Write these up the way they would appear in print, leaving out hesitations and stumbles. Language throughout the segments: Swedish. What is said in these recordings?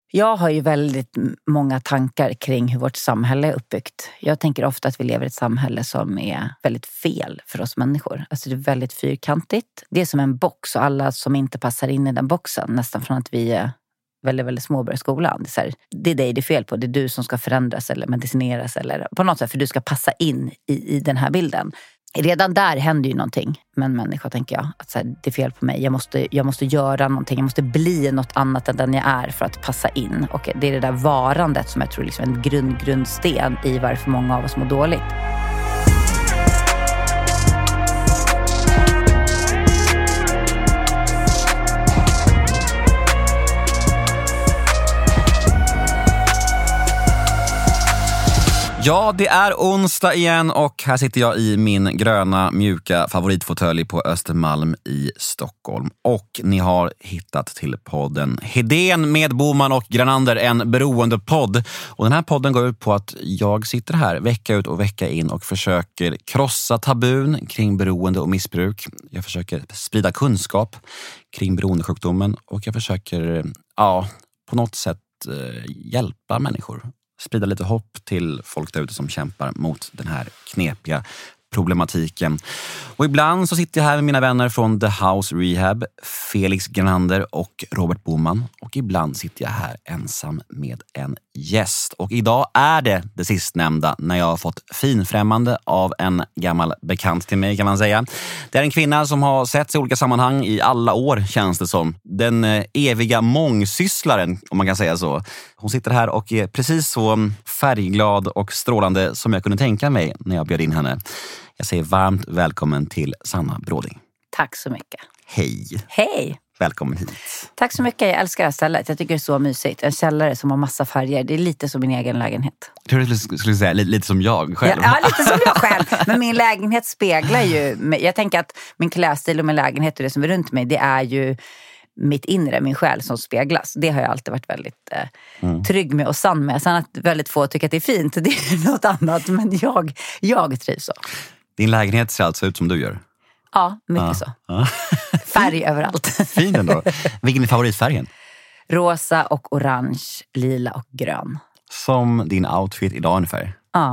Jag har ju väldigt många tankar kring hur vårt samhälle är uppbyggt. Jag tänker ofta att vi lever i ett samhälle som är väldigt fel för oss människor. Alltså det är väldigt fyrkantigt. Det är som en box och alla som inte passar in i den boxen, nästan från att vi är väldigt, väldigt små börjar skolan. Det är dig det är fel på. Det är du som ska förändras eller medicineras eller på något sätt, för du ska passa in i den här bilden. Redan där händer ju någonting med en människa, tänker jag. Att det är fel på mig. Jag måste göra någonting. Jag måste bli något annat än den jag är för att passa in. Och det är det där varandet som jag tror är en grundsten i varför många av oss mår dåligt. Ja, det är onsdag igen och här sitter jag i min gröna, mjuka favoritfåtölj på Östermalm i Stockholm. Och ni har hittat till podden Hedén med Boman och Granander, en beroendepodd. Och den här podden går ut på att jag sitter här vecka ut och vecka in och försöker krossa tabun kring beroende och missbruk. Jag försöker sprida kunskap kring beroendesjukdomen och jag försöker, på något sätt hjälpa människor. Sprida lite hopp till folk där ute som kämpar mot den här knepiga problematiken. Och ibland så sitter jag här med mina vänner från The House Rehab, Felix Granander och Robert Boman. Och ibland sitter jag här ensam med en gäst. Och idag är det sistnämnda när jag har fått finfrämmande av en gammal bekant till mig, kan man säga. Det är en kvinna som har sett i olika sammanhang i alla år, känns det som. Den eviga mångsysslaren, om man kan säga så. Hon sitter här och är precis så färgglad och strålande som jag kunde tänka mig när jag bjöd in henne. Jag säger varmt välkommen till Sanna Bråding. Tack så mycket. Hej. Hej. Välkommen hit. Tack så mycket, jag älskar det här stället. Jag tycker det är så mysigt. En källare som har massa färger. Det är lite som min egen lägenhet. Jag tror du skulle säga lite som jag själv. Ja, lite som jag själv. Men min lägenhet speglar ju... Jag tänker att min klädstil och min lägenhet och det som är runt mig, det är ju mitt inre, min själ som speglas. Det har jag alltid varit väldigt trygg med och sann med. Sen att väldigt få tycker att det är fint, det är något annat. Men jag trivs så. Din lägenhet ser alltså ut som du gör? Ja, mycket så. Färg överallt. Fint ändå. Vilken är favoritfärgen? Rosa och orange, lila och grön. Som din outfit idag ungefär?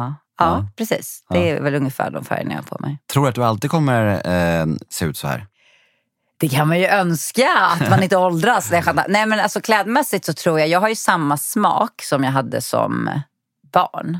Ja, precis. Det är väl ungefär de färgerna jag har på mig. Tror du att du alltid kommer se ut så här? Det kan man ju önska, att man inte åldras. Nej, men alltså klädmässigt så tror jag har ju samma smak som jag hade som barn.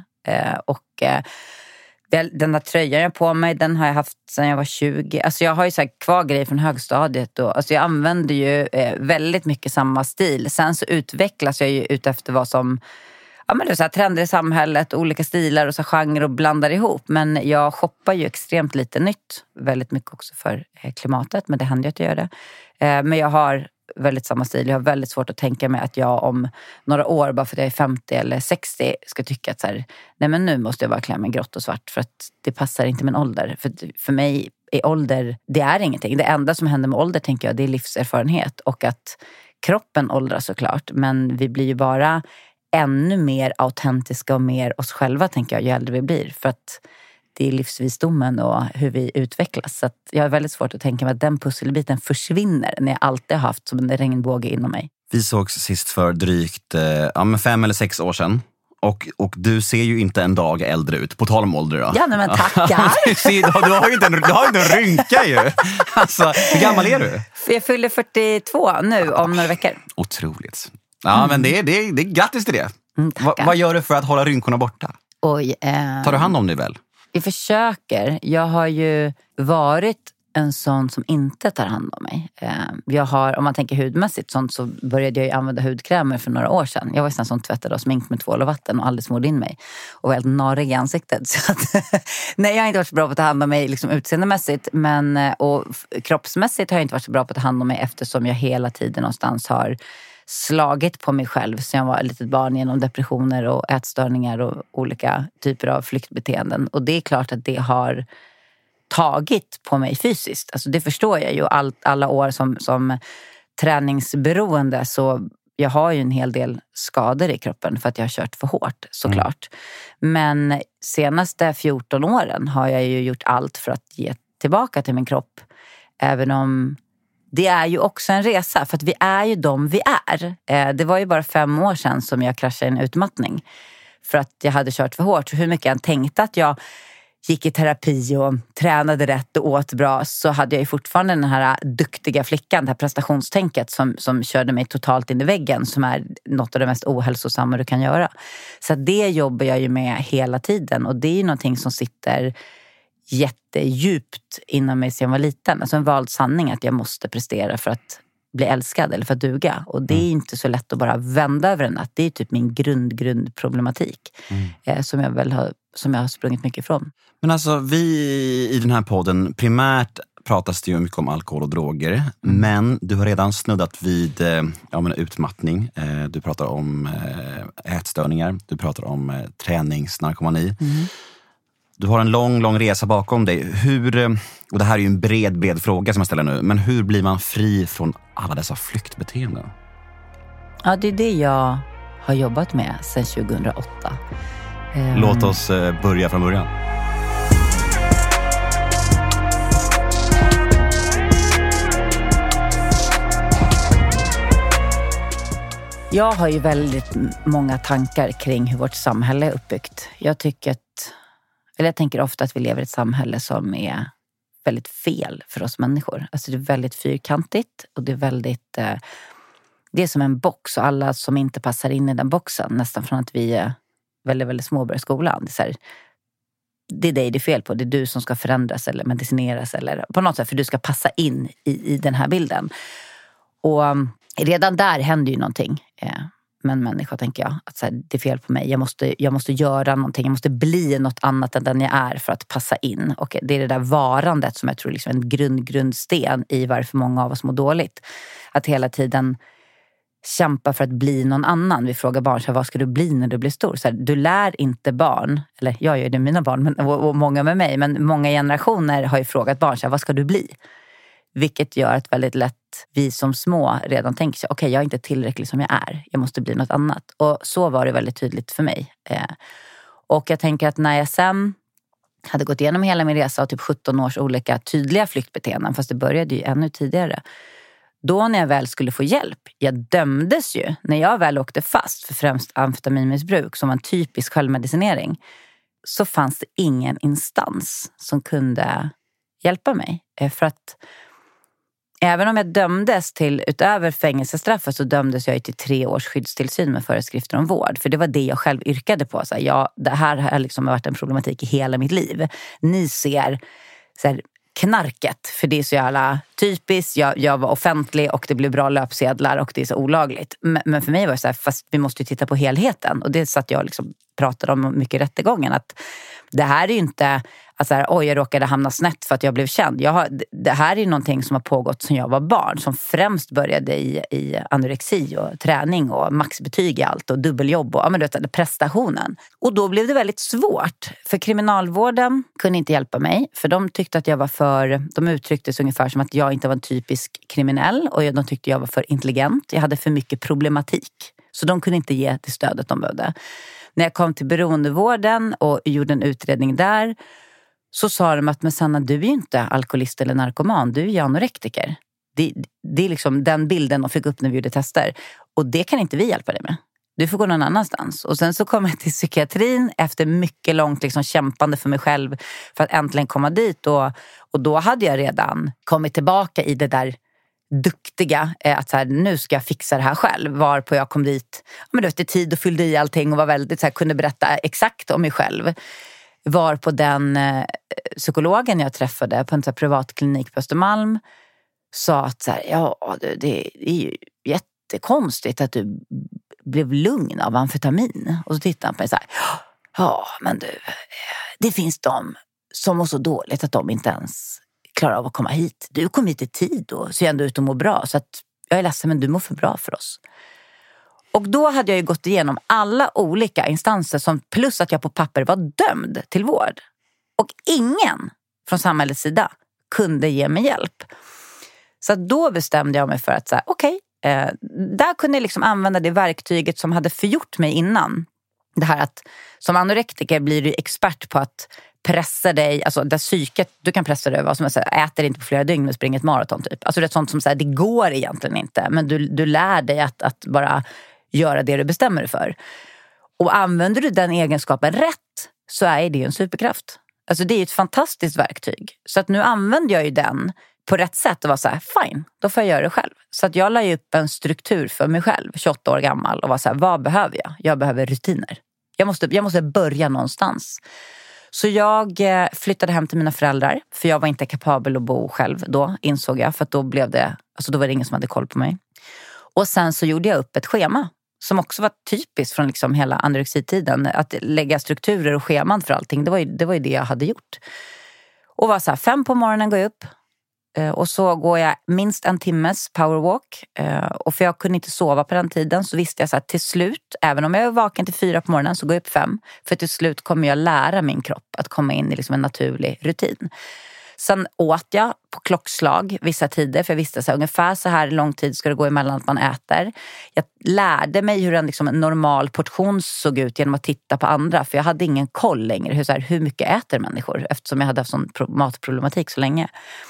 Den där tröjan jag på mig, den har jag haft sedan jag var 20. Alltså jag har ju så här kvar grejer från högstadiet. Alltså jag använder ju väldigt mycket samma stil. Sen så utvecklas jag ju ut efter vad som... Ja, men det är så här trender i samhället, olika stilar och så genre och blandar ihop. Men jag shoppar ju extremt lite nytt. Väldigt mycket också för klimatet, men det händer ju att jag gör det. Men jag har väldigt samma stil. Jag har väldigt svårt att tänka mig att jag om några år, bara för att jag är 50 eller 60, ska tycka att så här, nej men nu måste jag bara klä mig grått och svart för att det passar inte min ålder. För mig är ålder, det är ingenting. Det enda som händer med ålder, tänker jag, det är livserfarenhet. Och att kroppen åldras såklart, men vi blir ju bara ännu mer autentiska och mer oss själva, tänker jag, ju äldre vi blir. För att det är livsvisdomen och hur vi utvecklas. Så att jag har väldigt svårt att tänka mig att den pusselbiten försvinner när jag alltid har haft som en regnbåge inom mig. Vi sågs sist för drygt 5 eller 6 år sedan. Och du ser ju inte en dag äldre ut. På tal om ålder då. Ja, nej, men tackar. Du har ju inte en rynka ju. Alltså, hur gammal är du? Jag fyller 42 nu om några veckor. Otroligt. Ja, men det är grattis till det. Vad gör du för att hålla rynkorna borta? Tar du hand om dig väl? Vi försöker. Jag har ju varit en sån som inte tar hand om mig. Jag har, om man tänker hudmässigt sånt, så började jag ju använda hudkrämer för några år sedan. Jag var sån som tvättade och smink med tvål och vatten och aldrig smorde in mig. Och var helt narrig i ansiktet. Så att, nej, jag har inte varit så bra på att ta hand om mig liksom utseendemässigt. Och kroppsmässigt har jag inte varit så bra på att ta hand om mig, eftersom jag hela tiden någonstans har slagit på mig själv sen jag var ett litet barn genom depressioner och ätstörningar och olika typer av flyktbeteenden. Och det är klart att det har tagit på mig fysiskt. Alltså det förstår jag ju. Alla år som träningsberoende, så jag har ju en hel del skador i kroppen för att jag har kört för hårt, såklart. Men senaste 14 åren har jag ju gjort allt för att ge tillbaka till min kropp. Även om det är ju också en resa, för att vi är ju de vi är. Det var ju bara 5 år sedan som jag kraschade i en utmattning. För att jag hade kört för hårt. Så hur mycket jag tänkte att jag gick i terapi och tränade rätt och åt bra, så hade jag ju fortfarande den här duktiga flickan, det här prestationstänket som körde mig totalt in i väggen, som är något av det mest ohälsosamma du kan göra. Så det jobbar jag ju med hela tiden, och det är ju någonting som sitter jättedjupt inom mig sedan jag var liten. Alltså en vald sanning att jag måste prestera för att bli älskad eller för att duga. Och det är inte så lätt att bara vända över en natt. Det är typ min grundproblematik som jag har sprungit mycket ifrån. Men alltså, vi i den här podden, primärt pratas det ju mycket om alkohol och droger. Men du har redan snuddat vid utmattning. Du pratar om ätstörningar. Du pratar om träningsnarkomani. Du har en lång resa bakom dig. Och det här är ju en bred fråga som jag ställer nu. Men hur blir man fri från alla dessa flyktbeteenden? Ja, det är det jag har jobbat med sedan 2008. Låt oss börja från början. Jag har ju väldigt många tankar kring hur vårt samhälle är uppbyggt. Jag tänker ofta att vi lever i ett samhälle som är väldigt fel för oss människor. Alltså det är väldigt fyrkantigt och det är väldigt... Det är som en box, och alla som inte passar in i den boxen, nästan från att vi är väldigt, väldigt små börjar skolan. Det är dig det är fel på. Det är du som ska förändras eller medicineras eller på något sätt, för du ska passa in i den här bilden. Och redan där händer ju någonting med en människa, tänker jag. Att det är fel på mig. Jag måste göra någonting. Jag måste bli något annat än den jag är för att passa in. Och det är det där varandet som jag tror är en grundsten i varför många av oss mår dåligt. Att hela tiden kämpa för att bli någon annan. Vi frågar barn, vad ska du bli när du blir stor? Du lär inte barn, eller jag gör det mina barn och många med mig, men många generationer har ju frågat barn, vad ska du bli? Vilket gör att väldigt lätt vi som små redan tänker sig, okej, jag är inte tillräcklig som jag är. Jag måste bli något annat. Och så var det väldigt tydligt för mig. Och jag tänker att när jag sen hade gått igenom hela min resa och typ 17 års olika tydliga flyktbeteenden, fast det började ju ännu tidigare. Då när jag väl skulle få hjälp, jag dömdes ju när jag väl åkte fast för främst amfetaminmissbruk som var en typisk självmedicinering, så fanns det ingen instans som kunde hjälpa mig. För att även om jag dömdes till, utöver fängelsestraffet, så dömdes jag till 3 års skyddstillsyn med föreskrifter om vård. För det var det jag själv yrkade på. Det här har liksom varit en problematik i hela mitt liv. Ni ser knarket, för det är så jävla typiskt. Jag var offentlig och det blev bra löpsedlar och det är så olagligt. Men för mig var det fast vi måste ju titta på helheten. Och det satt jag pratade om mycket i rättegången. Att det här är ju inte att jag råkade hamna snett för att jag blev känd. Det här är ju någonting som har pågått sedan jag var barn. Som främst började i anorexi och träning och maxbetyg i allt och dubbeljobb och prestationen. Och då blev det väldigt svårt. För kriminalvården kunde inte hjälpa mig. För de tyckte att jag var de uttryckte sig ungefär som att jag inte var en typisk kriminell. Och de tyckte jag var för intelligent. Jag hade för mycket problematik. Så de kunde inte ge det stödet de behövde. När jag kom till beroendevården och gjorde en utredning där, så sa de att men Sanna, du är ju inte alkoholist eller narkoman, du är ju anorektiker. Det är liksom den bilden de fick upp när vi gjorde tester. Och det kan inte vi hjälpa dig med. Du får gå någon annanstans. Och sen så kom jag till psykiatrin efter mycket långt kämpande för mig själv för att äntligen komma dit. Och då hade jag redan kommit tillbaka i det där duktiga, att nu ska jag fixa det här själv. Varpå jag kom dit i tid och fyllde i allting och var väldigt kunde berätta exakt om mig själv. Varpå den psykologen jag träffade på en privatklinik på Östermalm sa att det är ju jättekonstigt att du blev lugn av amfetamin. Och så tittade han på mig men du, det finns de som mår så dåligt att de inte ens klarar av att komma hit. Du kom hit i tid och ser ändå ut att må bra. Så att jag är ledsen, men du mår för bra för oss. Och då hade jag ju gått igenom alla olika instanser plus att jag på papper var dömd till vård. Och ingen från samhällets sida kunde ge mig hjälp. Så då bestämde jag mig för att där kunde jag använda det verktyget som hade förgjort mig innan. det här att som anorektiker blir du expert på att pressa dig, alltså där psyket, du kan pressa dig vad som helst, äter inte på flera dygn men springer ett maraton typ. Alltså det är sånt som så här, det går egentligen inte, men du lär dig att bara göra det du bestämmer dig för. Och använder du den egenskapen rätt så är det ju en superkraft. Alltså det är ett fantastiskt verktyg. Så att nu använder jag ju den på rätt sätt och var så här, fine, då får jag göra det själv. Så att jag la ju upp en struktur för mig själv, 28 år gammal, och var så här, vad behöver jag? Jag behöver rutiner. Jag måste börja någonstans. Så jag flyttade hem till mina föräldrar, för jag var inte kapabel att bo själv då, insåg jag. För att då var det ingen som hade koll på mig. Och sen så gjorde jag upp ett schema som också var typiskt från liksom hela anorexitiden. Att lägga strukturer och scheman för allting, det var ju det jag hade gjort. Och var så här, 5 på morgonen går jag upp. Och så går jag minst 1 timmes powerwalk. Och för jag kunde inte sova på den tiden så visste jag så att till slut, även om jag är vaken till 4 på morgonen så går jag upp 5. För till slut kommer jag lära min kropp att komma in i liksom en naturlig rutin. Sen åt jag på klockslag vissa tider, för jag visste så här, ungefär så här lång tid ska det gå emellan att man äter. Jag lärde mig hur en normal portion såg ut genom att titta på andra, för jag hade ingen koll längre hur mycket äter människor, eftersom jag hade haft sån matproblematik så länge.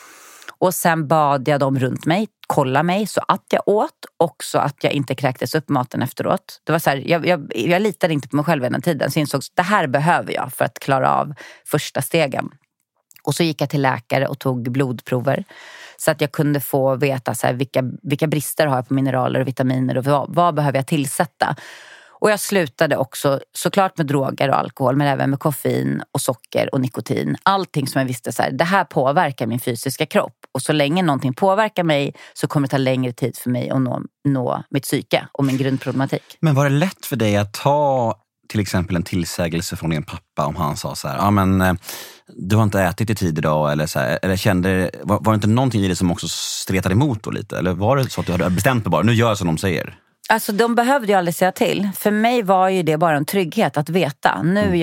Och sen bad jag dem runt mig kolla mig så att jag åt, och så att jag inte kräktes upp maten efteråt. Det var så här, jag litade inte på mig själv den tiden, så insåg det här behöver jag för att klara av första stegen. Och så gick jag till läkare och tog blodprover så att jag kunde få veta så här, vilka brister har jag på mineraler och vitaminer och vad behöver jag tillsätta. Och jag slutade också såklart med droger och alkohol, men även med koffein och socker och nikotin. Allting som jag visste så här, det här påverkar min fysiska kropp. Och så länge någonting påverkar mig så kommer det ta längre tid för mig att nå mitt psyke och min grundproblematik. Men var det lätt för dig att ta till exempel en tillsägelse från din pappa om han sa så här, men du har inte ätit i tid idag, eller så här, eller var det inte någonting i det som också stretade emot då lite? Eller var det så att du hade bestämt dig bara, nu gör jag som de säger? Alltså de behövde ju aldrig säga till. För mig var ju det bara en trygghet att veta.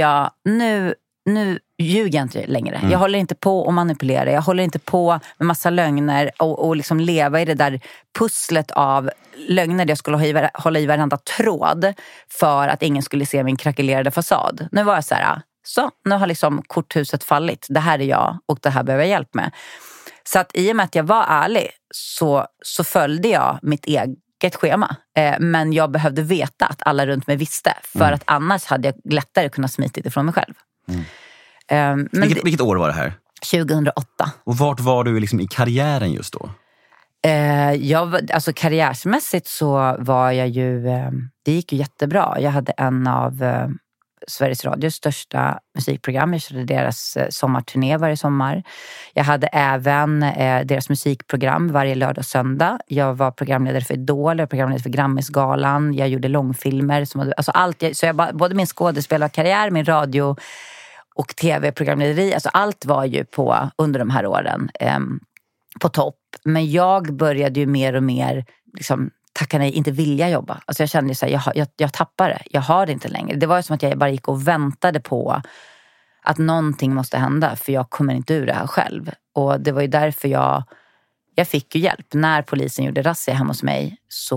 Nu ljuger jag inte längre. Jag håller inte på att manipulera. Jag håller inte på med massa lögner och liksom leva i det där pusslet av lögner där jag skulle hålla i varenda tråd för att ingen skulle se min krackelerade fasad. Nu var jag så här, nu har liksom korthuset fallit. Det här är jag och det här behöver jag hjälp med. Så att i och med att jag var ärlig så följde jag mitt eget schema. Men jag behövde veta att alla runt mig visste. För att annars hade jag lättare kunnat smita ifrån mig själv. Vilket år var det här? 2008. Och vart var du liksom i karriären just då? Alltså karriärsmässigt så var jag ju, det gick ju jättebra. Jag hade en av Sveriges Radios största musikprogram. Jag körde deras sommarturné varje sommar. Jag hade även deras musikprogram varje lördag och söndag. Jag var programledare för Idol, jag var programledare för Grammisgalan. Jag gjorde långfilmer. Alltså allt, både min skådespelarkarriär, min radio och tv-programlederi, alltså allt var ju under de här åren på topp. Men jag började ju mer och mer liksom tacka nej, inte vilja jobba. Alltså jag kände ju så här, jag tappar det. Jag har det inte längre. Det var ju som att jag bara gick och väntade på att någonting måste hända, för jag kommer inte ur det här själv. Och det var ju därför jag fick ju hjälp. När polisen gjorde razzia hemma hos mig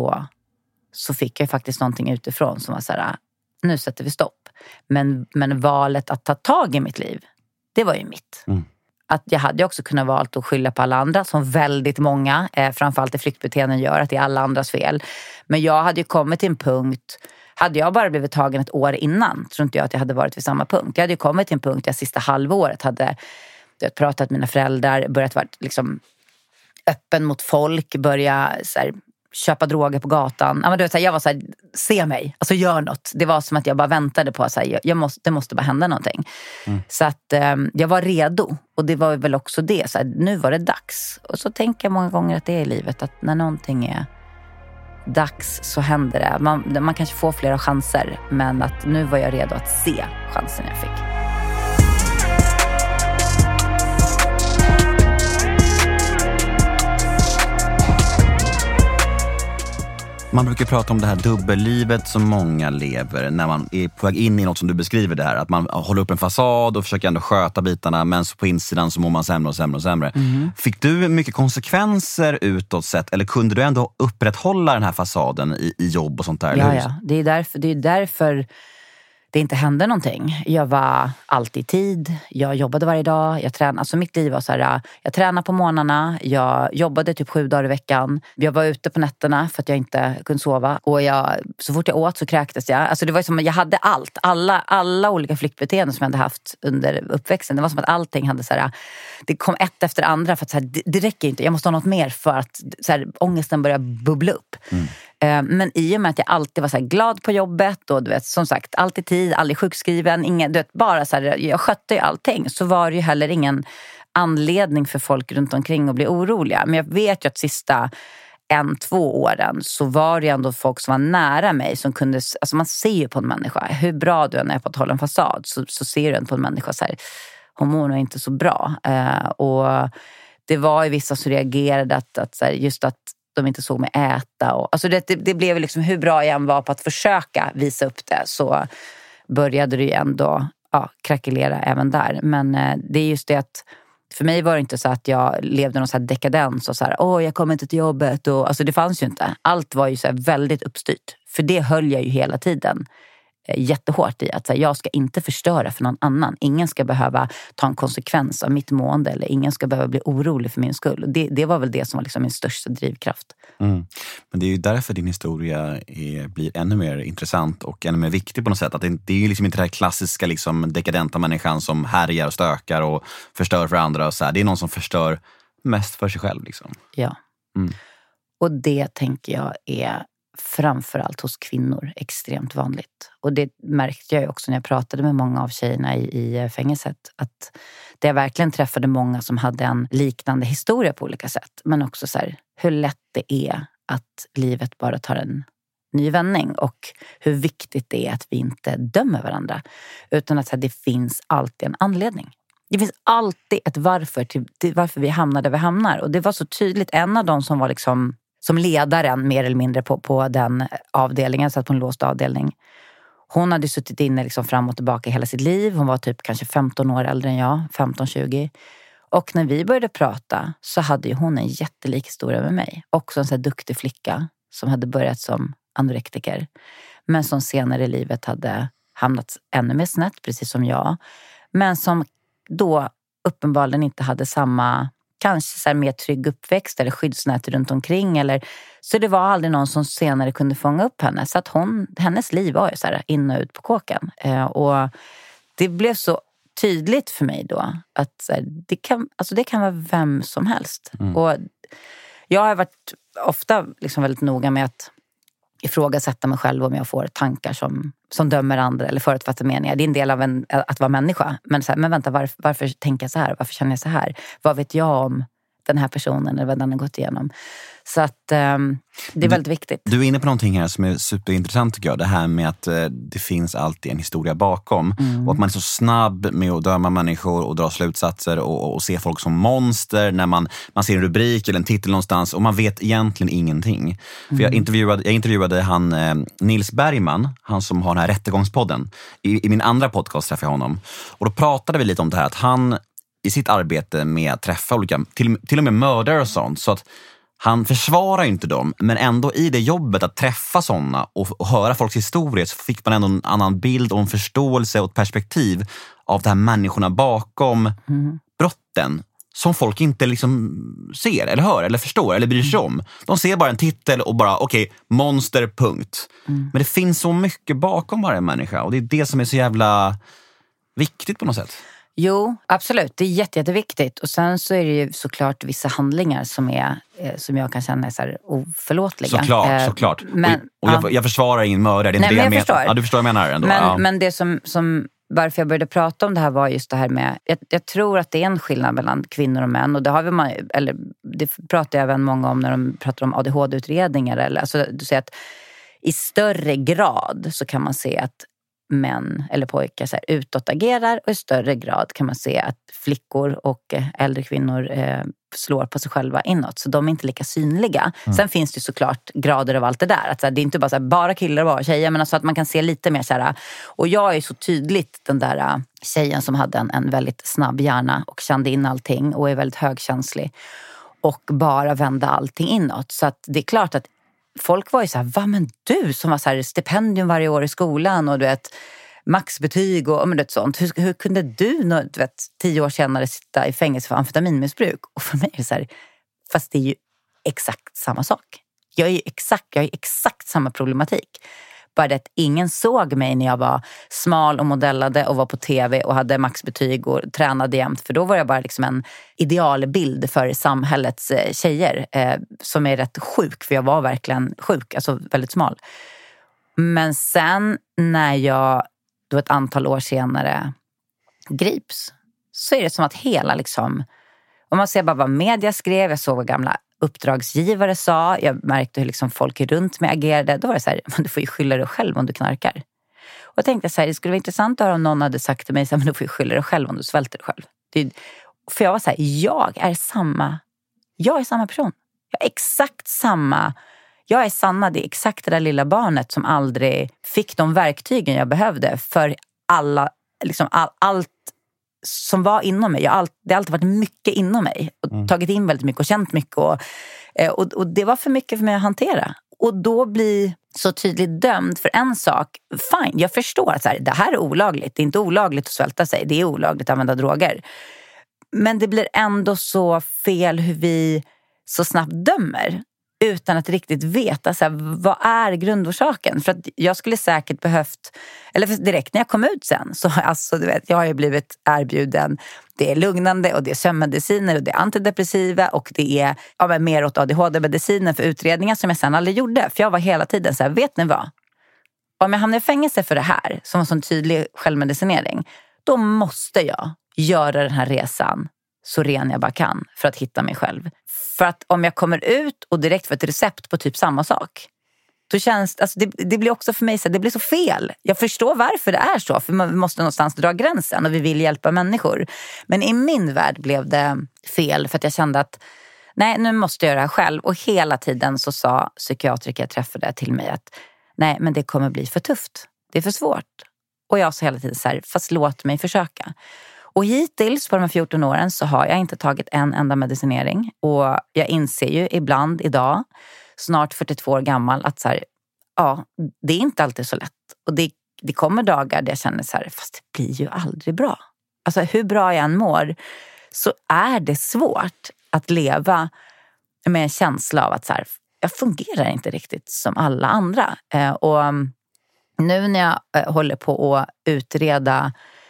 så fick jag faktiskt någonting utifrån som var så här, nu sätter vi stopp. Men valet att ta tag i mitt liv, det var ju mitt. Att jag hade också kunnat valt att skylla på alla andra, som väldigt många, framförallt i flyktbeteenden, gör, att det är alla andras fel. Men jag hade ju kommit till en punkt, hade jag bara blivit tagen ett år innan, tror inte jag att jag hade varit vid samma punkt. Jag hade ju kommit till en punkt, jag sista halvåret hade pratat med mina föräldrar, börjat vara liksom öppen mot folk, börja så här, köpa droger på gatan. Ja, men du vet, så här, jag var så här, se mig, alltså gör något. Det var som att jag bara väntade på så här, det måste bara hända någonting. Så att jag var redo. Och det var väl också det, så här, nu var det dags. Och så tänker jag många gånger att det är i livet, att när någonting är dags så händer det. Man kanske får flera chanser, men att nu var jag redo att se chansen jag fick. Man brukar prata om det här dubbellivet som många lever när man är på väg in i något som du beskriver det här. Att man håller upp en fasad och försöker ändå sköta bitarna, men så på insidan så mår man sämre och sämre och sämre. Fick du mycket konsekvenser utåt sett, eller kunde du ändå upprätthålla den här fasaden i jobb och sånt där? Ja. Det är det inte hände någonting. Jag var alltid i tid, jag jobbade varje dag, jag tränade. Alltså mitt liv var så här, jag tränade på morgnarna, jag jobbade typ 7 dagar i veckan. Jag var ute på nätterna för att jag inte kunde sova. Och så fort jag åt så kräktes jag. Alltså det var som att jag hade allt. Alla olika flyktbeteenden som jag hade haft under uppväxten. Det var som att allting hade så här, det kom ett efter andra för att så här, det räcker inte. Jag måste ha något mer för att så här, ångesten börjar bubbla upp. Men i och med att jag alltid var så här glad på jobbet och du vet, som sagt, alltid tid, aldrig sjukskriven, du vet, bara så här, jag skötte ju allting, så var det ju heller ingen anledning för folk runt omkring att bli oroliga. Men jag vet ju att sista 1-2 åren så var det ändå folk som var nära mig som kunde, alltså man ser ju på en människa, hur bra du är på att hålla en fasad, så ser du på en människa så här, hon mår nog inte så bra. Och det var ju vissa som reagerade att så här, just att de inte såg mig äta. Och, alltså det blev liksom, hur bra jag än var på att försöka visa upp det, så började det ju ändå krackelera även där. Men det är just det att för mig var det inte så att jag levde någon så här dekadens och så här, jag kommer inte till jobbet. Och, alltså det fanns ju inte. Allt var ju så här väldigt uppstyrt. För det höll jag ju hela tiden jättehårt i att så här, jag ska inte förstöra för någon annan. Ingen ska behöva ta en konsekvens av mitt mående, eller ingen ska behöva bli orolig för min skull. Det var väl det som var liksom min största drivkraft. Men det är ju därför din historia blir ännu mer intressant och ännu mer viktig på något sätt. Att det är ju liksom inte den här klassiska liksom dekadenta människan som härjar och stökar och förstör för andra och så här. Det är någon som förstör mest för sig själv liksom. Ja. Och det tänker jag är framförallt hos kvinnor extremt vanligt. Och det märkte jag ju också när jag pratade med många av tjejerna i fängelset, att det jag verkligen träffade många som hade en liknande historia på olika sätt. Men också så här, hur lätt det är att livet bara tar en ny vändning, och hur viktigt det är att vi inte dömer varandra, utan att det finns alltid en anledning. Det finns alltid ett varför till varför vi hamnar där vi hamnar. Och det var så tydligt. En av dem som var liksom som ledaren mer eller mindre på den avdelningen, satt på en låst avdelning. Hon hade suttit inne liksom fram och tillbaka hela sitt liv. Hon var typ kanske 15 år äldre än jag, 15-20. Och när vi började prata så hade ju hon en jättelik historia med mig. Också en så här duktig flicka som hade börjat som anorektiker, men som senare i livet hade hamnat ännu mer snett, precis som jag. Men som då uppenbarligen inte hade samma, kanske så här mer trygg uppväxt eller skyddsnät runt omkring. Så det var aldrig någon som senare kunde fånga upp henne. Så att hennes liv var ju så här in och ut på kåken. Och det blev så tydligt för mig då att så här, det kan vara vem som helst. Och jag har varit ofta liksom väldigt noga med att ifrågasätta mig själv om jag får tankar som dömer andra eller förutfattar meningar. Det är en del av att vara människa. Men, så här, men vänta, varför tänker jag så här? Varför känner jag så här? Vad vet jag om den här personen eller vad den har gått igenom? Så att det är väldigt viktigt. Du är inne på någonting här som är superintressant tycker jag. Det här med att det finns alltid en historia bakom. Och att man är så snabb med att döma människor och dra slutsatser och se folk som monster när man ser en rubrik eller en titel någonstans och man vet egentligen ingenting. För jag intervjuade han Nils Bergman, han som har den här rättegångspodden. I min andra podcast träffade jag honom. Och då pratade vi lite om det här att han i sitt arbete med att träffa olika, till och med mördare och sånt, så att han försvarar ju inte dem, men ändå i det jobbet att träffa sådana och höra folks historier så fick man ändå en annan bild och en förståelse och ett perspektiv av de här människorna bakom brotten som folk inte liksom ser eller hör eller förstår eller bryr sig om. De ser bara en titel och bara okej, monster, punkt. Men det finns så mycket bakom varje människa och det är det som är så jävla viktigt på något sätt. Jo, absolut. Det är jätteviktigt. Och sen så är det ju såklart vissa handlingar som jag kan känna är så här oförlåtliga. Såklart. Men, jag försvarar ingen mördare. Det är inte det jag menar. Ja, du förstår vad jag menar ändå. Men det som varför jag började prata om det här var just det här med, jag tror att det är en skillnad mellan kvinnor och män. Och det har vi det pratar även många om när de pratar om ADHD-utredningar. Alltså, du säger att i större grad så kan man se att män eller pojkar så här utåtagerar och i större grad kan man se att flickor och äldre kvinnor slår på sig själva inåt. Så de är inte lika synliga. Sen finns det såklart grader av allt det där. Att så här, det är inte bara, så här, bara killar och bara tjejer, men alltså att man kan se lite mer så här. Och jag är så tydligt den där tjejen som hade en väldigt snabb hjärna och kände in allting och är väldigt högkänslig. Och bara vända allting inåt. Så att det är klart att folk var ju så här, va men du som var så här stipendium varje år i skolan och du vet, maxbetyg och men det sånt. Hur kunde du 10 år senare sitta i fängelse för amfetaminmissbruk? Och för mig är det så här, fast det är ju exakt samma sak. Jag har exakt samma problematik. Bara det att ingen såg mig när jag var smal och modellade och var på tv och hade maxbetyg och tränade jämt. För då var jag bara liksom en idealbild för samhällets tjejer som är rätt sjuk. För jag var verkligen sjuk, alltså väldigt smal. Men sen när jag då ett antal år senare grips så är det som att hela liksom, om man ser bara vad media skrev, jag såg vad gamla uppdragsgivare sa, jag märkte hur liksom folk runt mig agerade, då var det så här, men du får ju skylla dig själv om du knarkar. Och jag tänkte så här, det skulle vara intressant att höra om någon hade sagt till mig så här, men du får ju skylla dig själv om du svälter dig själv. För jag var så här, jag är samma person. Jag är exakt samma. Jag är Sanna, det är exakt det där lilla barnet som aldrig fick de verktygen jag behövde för alla, liksom allt som var inom mig. Det har alltid varit mycket inom mig. Och tagit in väldigt mycket och känt mycket. Och det var för mycket för mig att hantera. Och då bli så tydligt dömd för en sak. Fine, jag förstår att så här, det här är olagligt. Det är inte olagligt att svälta sig. Det är olagligt att använda droger. Men det blir ändå så fel hur vi så snabbt dömer. Utan att riktigt veta så här, vad är grundorsaken. För att jag skulle säkert behövt, eller direkt när jag kom ut sen så alltså, du vet, jag har ju blivit erbjuden, det är lugnande och det är sömnmediciner och det är antidepressiva och det är mer åt ADHD-mediciner för utredningar som jag sen aldrig gjorde. För jag var hela tiden så här, vet ni vad? Om jag hamnar i fängelse för det här, som en sån tydlig självmedicinering, då måste jag göra den här resan så ren jag bara kan för att hitta mig själv. För att om jag kommer ut och direkt får ett recept på typ samma sak, då känns alltså det blir också för mig så det blir så fel. Jag förstår varför det är så, för vi måste någonstans dra gränsen och vi vill hjälpa människor. Men i min värld blev det fel för att jag kände att nej, nu måste jag göra det här själv. Och hela tiden så sa psykiatriker jag träffade till mig att nej, men det kommer bli för tufft. Det är för svårt. Och jag sa hela tiden så här, fast låt mig försöka. Och hittills på de här 14 åren så har jag inte tagit en enda medicinering. Och jag inser ju ibland idag, snart 42 år gammal, att så här, ja, det är inte alltid så lätt. Och det kommer dagar där jag känner så här, fast det blir ju aldrig bra. Alltså hur bra jag än mår så är det svårt att leva med en känsla av att så här, jag fungerar inte riktigt som alla andra. Och nu när jag håller på att utreda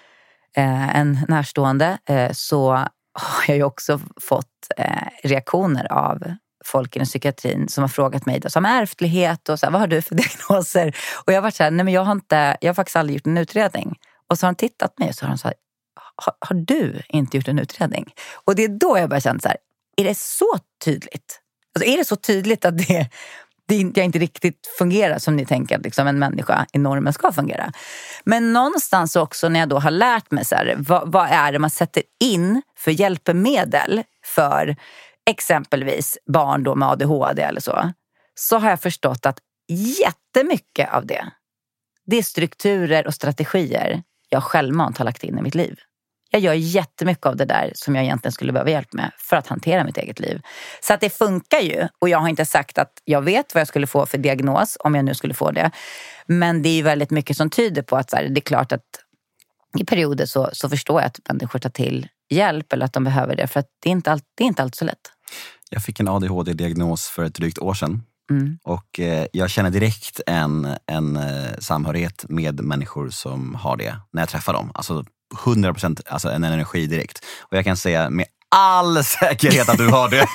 en närstående så har jag ju också fått reaktioner av folk inom psykiatrin som har frågat mig då, som ärftlighet och så här, vad har du för diagnoser? Och jag har varit så här, nej men jag har faktiskt aldrig gjort en utredning. Och så har de tittat på mig och så har de sagt, har du inte gjort en utredning? Och det är då jag bara känner så här, är det så tydligt? Alltså är det så tydligt att jag inte riktigt fungerar som ni tänker att liksom en människa i normen ska fungera. Men någonstans också när jag då har lärt mig så här, vad är det man sätter in för hjälpmedel för exempelvis barn då med ADHD eller så har jag förstått att jättemycket av det är strukturer och strategier jag självmant har lagt in i mitt liv. Jag gör jättemycket av det där som jag egentligen skulle behöva hjälp med för att hantera mitt eget liv. Så att det funkar ju. Och jag har inte sagt att jag vet vad jag skulle få för diagnos om jag nu skulle få det. Men det är ju väldigt mycket som tyder på att så här, det är klart att i perioder så förstår jag att människor tar till hjälp eller att de behöver det. För att det är inte alltid så lätt. Jag fick en ADHD-diagnos för ett drygt år sedan. Och jag känner direkt en samhörighet med människor som har det när jag träffar dem. Alltså 100%, alltså en energi direkt. Och jag kan säga med all säkerhet att du har det.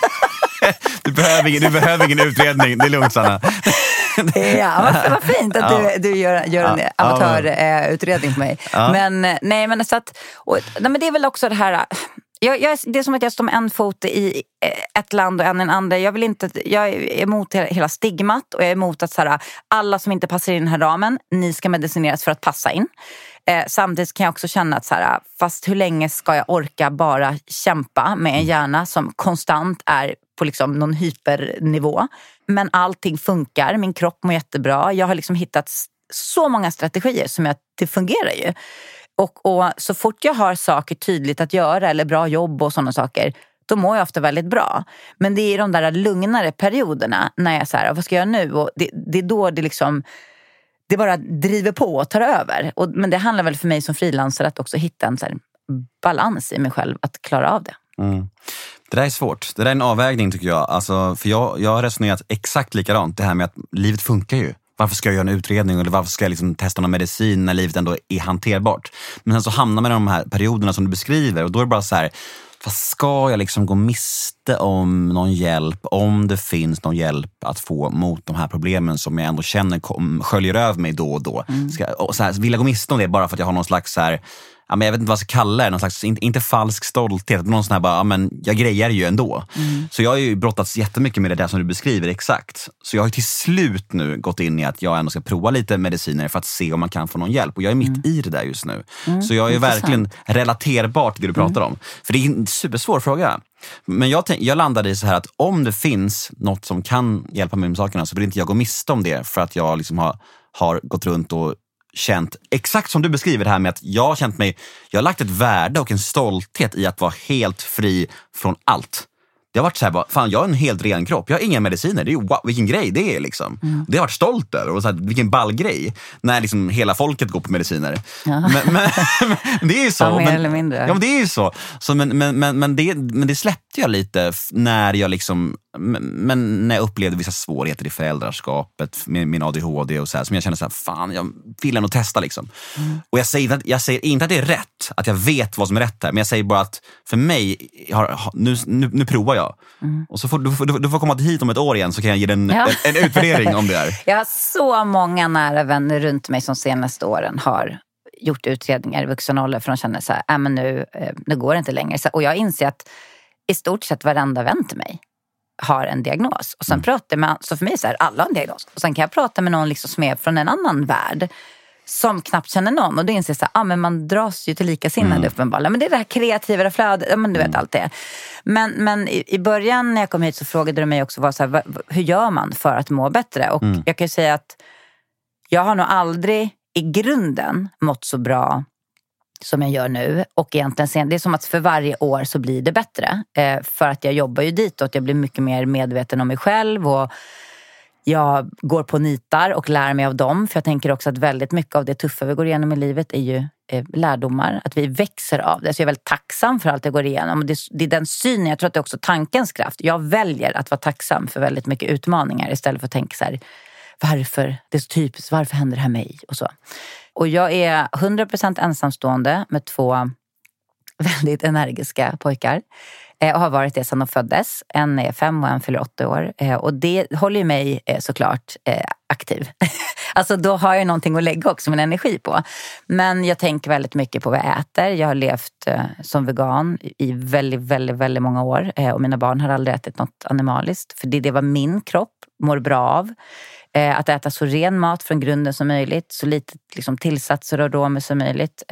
Du behöver ingen utredning, det är lugnt Sanna. Ja, vad fint att du gör en amatörutredning på mig. Men nej, men så att men det är väl också det här. Det är som att jag står med en fot i ett land och en i en andra. Jag är emot hela stigmat och jag är emot att så här, alla som inte passar i den här ramen, ni ska medicineras för att passa in. Samtidigt kan jag också känna att så här, fast hur länge ska jag orka bara kämpa med en hjärna som konstant är på liksom någon hypernivå. Men allting funkar, min kropp mår jättebra. Jag har liksom hittat så många strategier som det fungerar ju. Och så fort jag har saker tydligt att göra eller bra jobb och sådana saker, då mår jag ofta väldigt bra. Men det är de där lugnare perioderna när jag så här, vad ska jag göra nu? Och det är då det liksom, det bara driver på och tar över. Men det handlar väl för mig som frilansare att också hitta en så här balans i mig själv, att klara av det. Det där är svårt. Det där är en avvägning tycker jag. Alltså, för jag har resonerat exakt likadant. Det här med att livet funkar ju. Varför ska jag göra en utredning eller varför ska jag liksom testa någon medicin när livet ändå är hanterbart? Men sen så hamnar man i de här perioderna som du beskriver och då är det bara så här, vad ska jag liksom gå miste om någon hjälp, om det finns någon hjälp att få mot de här problemen som jag ändå känner sköljer över mig då och då. Vill jag gå miste om det bara för att jag har någon slags så här, ja, men jag vet inte vad jag ska kalla det, någon slags, inte falsk stolthet, någon sån här bara, ja, men jag grejer ju ändå. Så jag har ju brottats jättemycket med det där som du beskriver exakt. Så jag har ju till slut nu gått in i att jag ändå ska prova lite mediciner för att se om man kan få någon hjälp. Och jag är mitt i det där just nu. Så jag är verkligen relaterbar till det du pratar om. För det är en supersvår fråga. Men jag landade i så här att om det finns något som kan hjälpa mig med sakerna så vill inte jag gå miste om det för att jag liksom har gått runt och känt, exakt som du beskriver det här med att jag har känt mig, jag har lagt ett värde och en stolthet i att vara helt fri från allt. Det har varit så här, bara, fan jag har en helt ren kropp, jag har inga mediciner, det är ju wow, vilken grej det är liksom. Det har jag varit stolt över och så här, vilken ballgrej när liksom hela folket går på mediciner. Men det är ju så. Ja, mer eller mindre. Ja, men det är ju så men det släppte jag lite när jag liksom, men när jag upplevde vissa svårigheter i föräldraskapet med min ADHD och så här, som jag kände så här, fan jag vill ändå testa liksom. Och jag säger inte att det är rätt, att jag vet vad som är rätt här, men jag säger bara att för mig nu provar jag. Och så du får komma hit om ett år igen så kan jag ge dig en utvärdering om det är. Jag har så många nära vänner runt mig som senaste åren har gjort utredningar i vuxen ålder för de känner så här, men nu går det inte längre. Och jag inser att i stort sett varenda vän till mig har en diagnos. Och sen pratar man, så för mig så här, alla har en diagnos. Och sen kan jag prata med någon liksom som är från en annan värld som knappt känner någon. Och då inser jag så här, men man dras ju till likasinnade uppenbarligen. Men det är det här kreativa, det flödet, men du vet allt det. Men i början när jag kom hit så frågade du mig också så här, hur gör man för att må bättre? Och jag kan ju säga att jag har nog aldrig i grunden mått så bra som jag gör nu. Och egentligen sen, det är som att för varje år så blir det bättre. För att jag jobbar ju ditåt. Jag blir mycket mer medveten om mig själv. Och jag går på nitar och lär mig av dem. För jag tänker också att väldigt mycket av det tuffa vi går igenom i livet är ju lärdomar. Att vi växer av det. Så jag är väldigt tacksam för allt jag går igenom. Och det är den synen, jag tror att det är också tankens kraft. Jag väljer att vara tacksam för väldigt mycket utmaningar. Istället för att tänka så här, varför? Det är så typiskt, varför händer det här mig? Och så. Och jag är 100% ensamstående med 2 väldigt energiska pojkar. Och har varit det sedan de föddes. En är 5 och en fyller 8 år. Och det håller ju mig såklart aktiv. Alltså då har jag någonting att lägga också min energi på. Men jag tänker väldigt mycket på vad jag äter. Jag har levt som vegan i väldigt, väldigt, väldigt många år. Och mina barn har aldrig ätit något animaliskt. För det var min kropp mår bra av. Att äta så ren mat från grunden som möjligt. Så lite liksom, tillsatser och aromer som möjligt.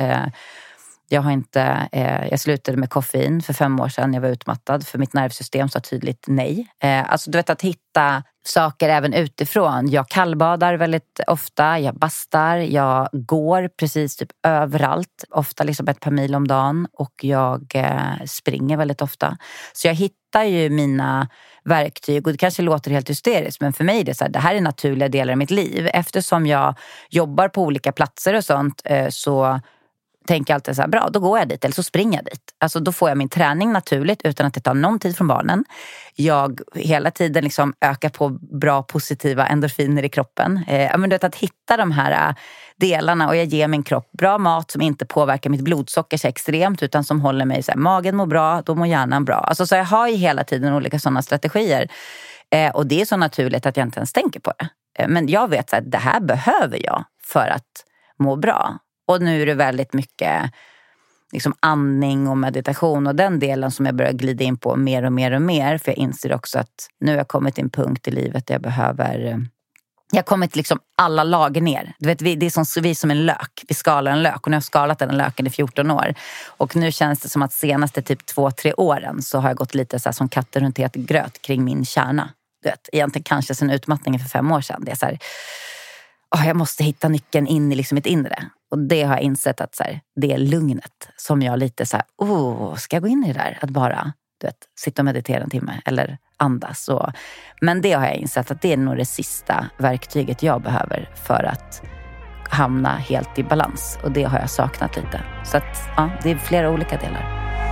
Jag slutade med koffein för 5 år sedan. Jag var utmattad för mitt nervsystem sa tydligt nej. Alltså du vet att hitta saker även utifrån. Jag kallbadar väldigt ofta. Jag bastar. Jag går precis typ överallt. Ofta liksom ett par mil om dagen. Och jag springer väldigt ofta. Så jag hittar ju mina verktyg. Och det kanske låter helt hysteriskt. Men för mig är det så här, det här är naturliga delar av mitt liv. Eftersom jag jobbar på olika platser och sånt så tänker alltid så här, bra, då går jag dit eller så springer jag dit. Alltså då får jag min träning naturligt utan att det tar någon tid från barnen. Jag hela tiden liksom ökar på bra positiva endorfiner i kroppen. Men du vet, att hitta de här delarna och jag ger min kropp bra mat som inte påverkar mitt blodsocker så extremt utan som håller mig så här, magen mår bra, då mår hjärnan bra. Alltså så jag har ju hela tiden olika sådana strategier. Och det är så naturligt att jag inte ens tänker på det. Men jag vet att det här behöver jag för att må bra. Och nu är det väldigt mycket liksom andning och meditation och den delen som jag börjar glida in på mer och mer och mer. För jag inser också att nu har jag kommit till en punkt i livet där jag har kommit liksom alla lager ner. Du vet, det är som vi som en lök. Vi skalar en lök och nu har jag skalat den löken i 14 år. Och nu känns det som att senaste typ 2-3 åren så har jag gått lite så här som katten runt het gröt kring min kärna. Du vet, egentligen kanske sen utmattningen för 5 år sedan. Det är så här, jag måste hitta nyckeln in i liksom mitt inre. Och det har jag insett att så här, det är lugnet som jag lite så här, ska jag gå in i det där? Att bara, du vet, sitta och meditera en timme eller andas. Men det har jag insett att det är nog det sista verktyget jag behöver för att hamna helt i balans. Och det har jag saknat lite. Så att, ja, det är flera olika delar.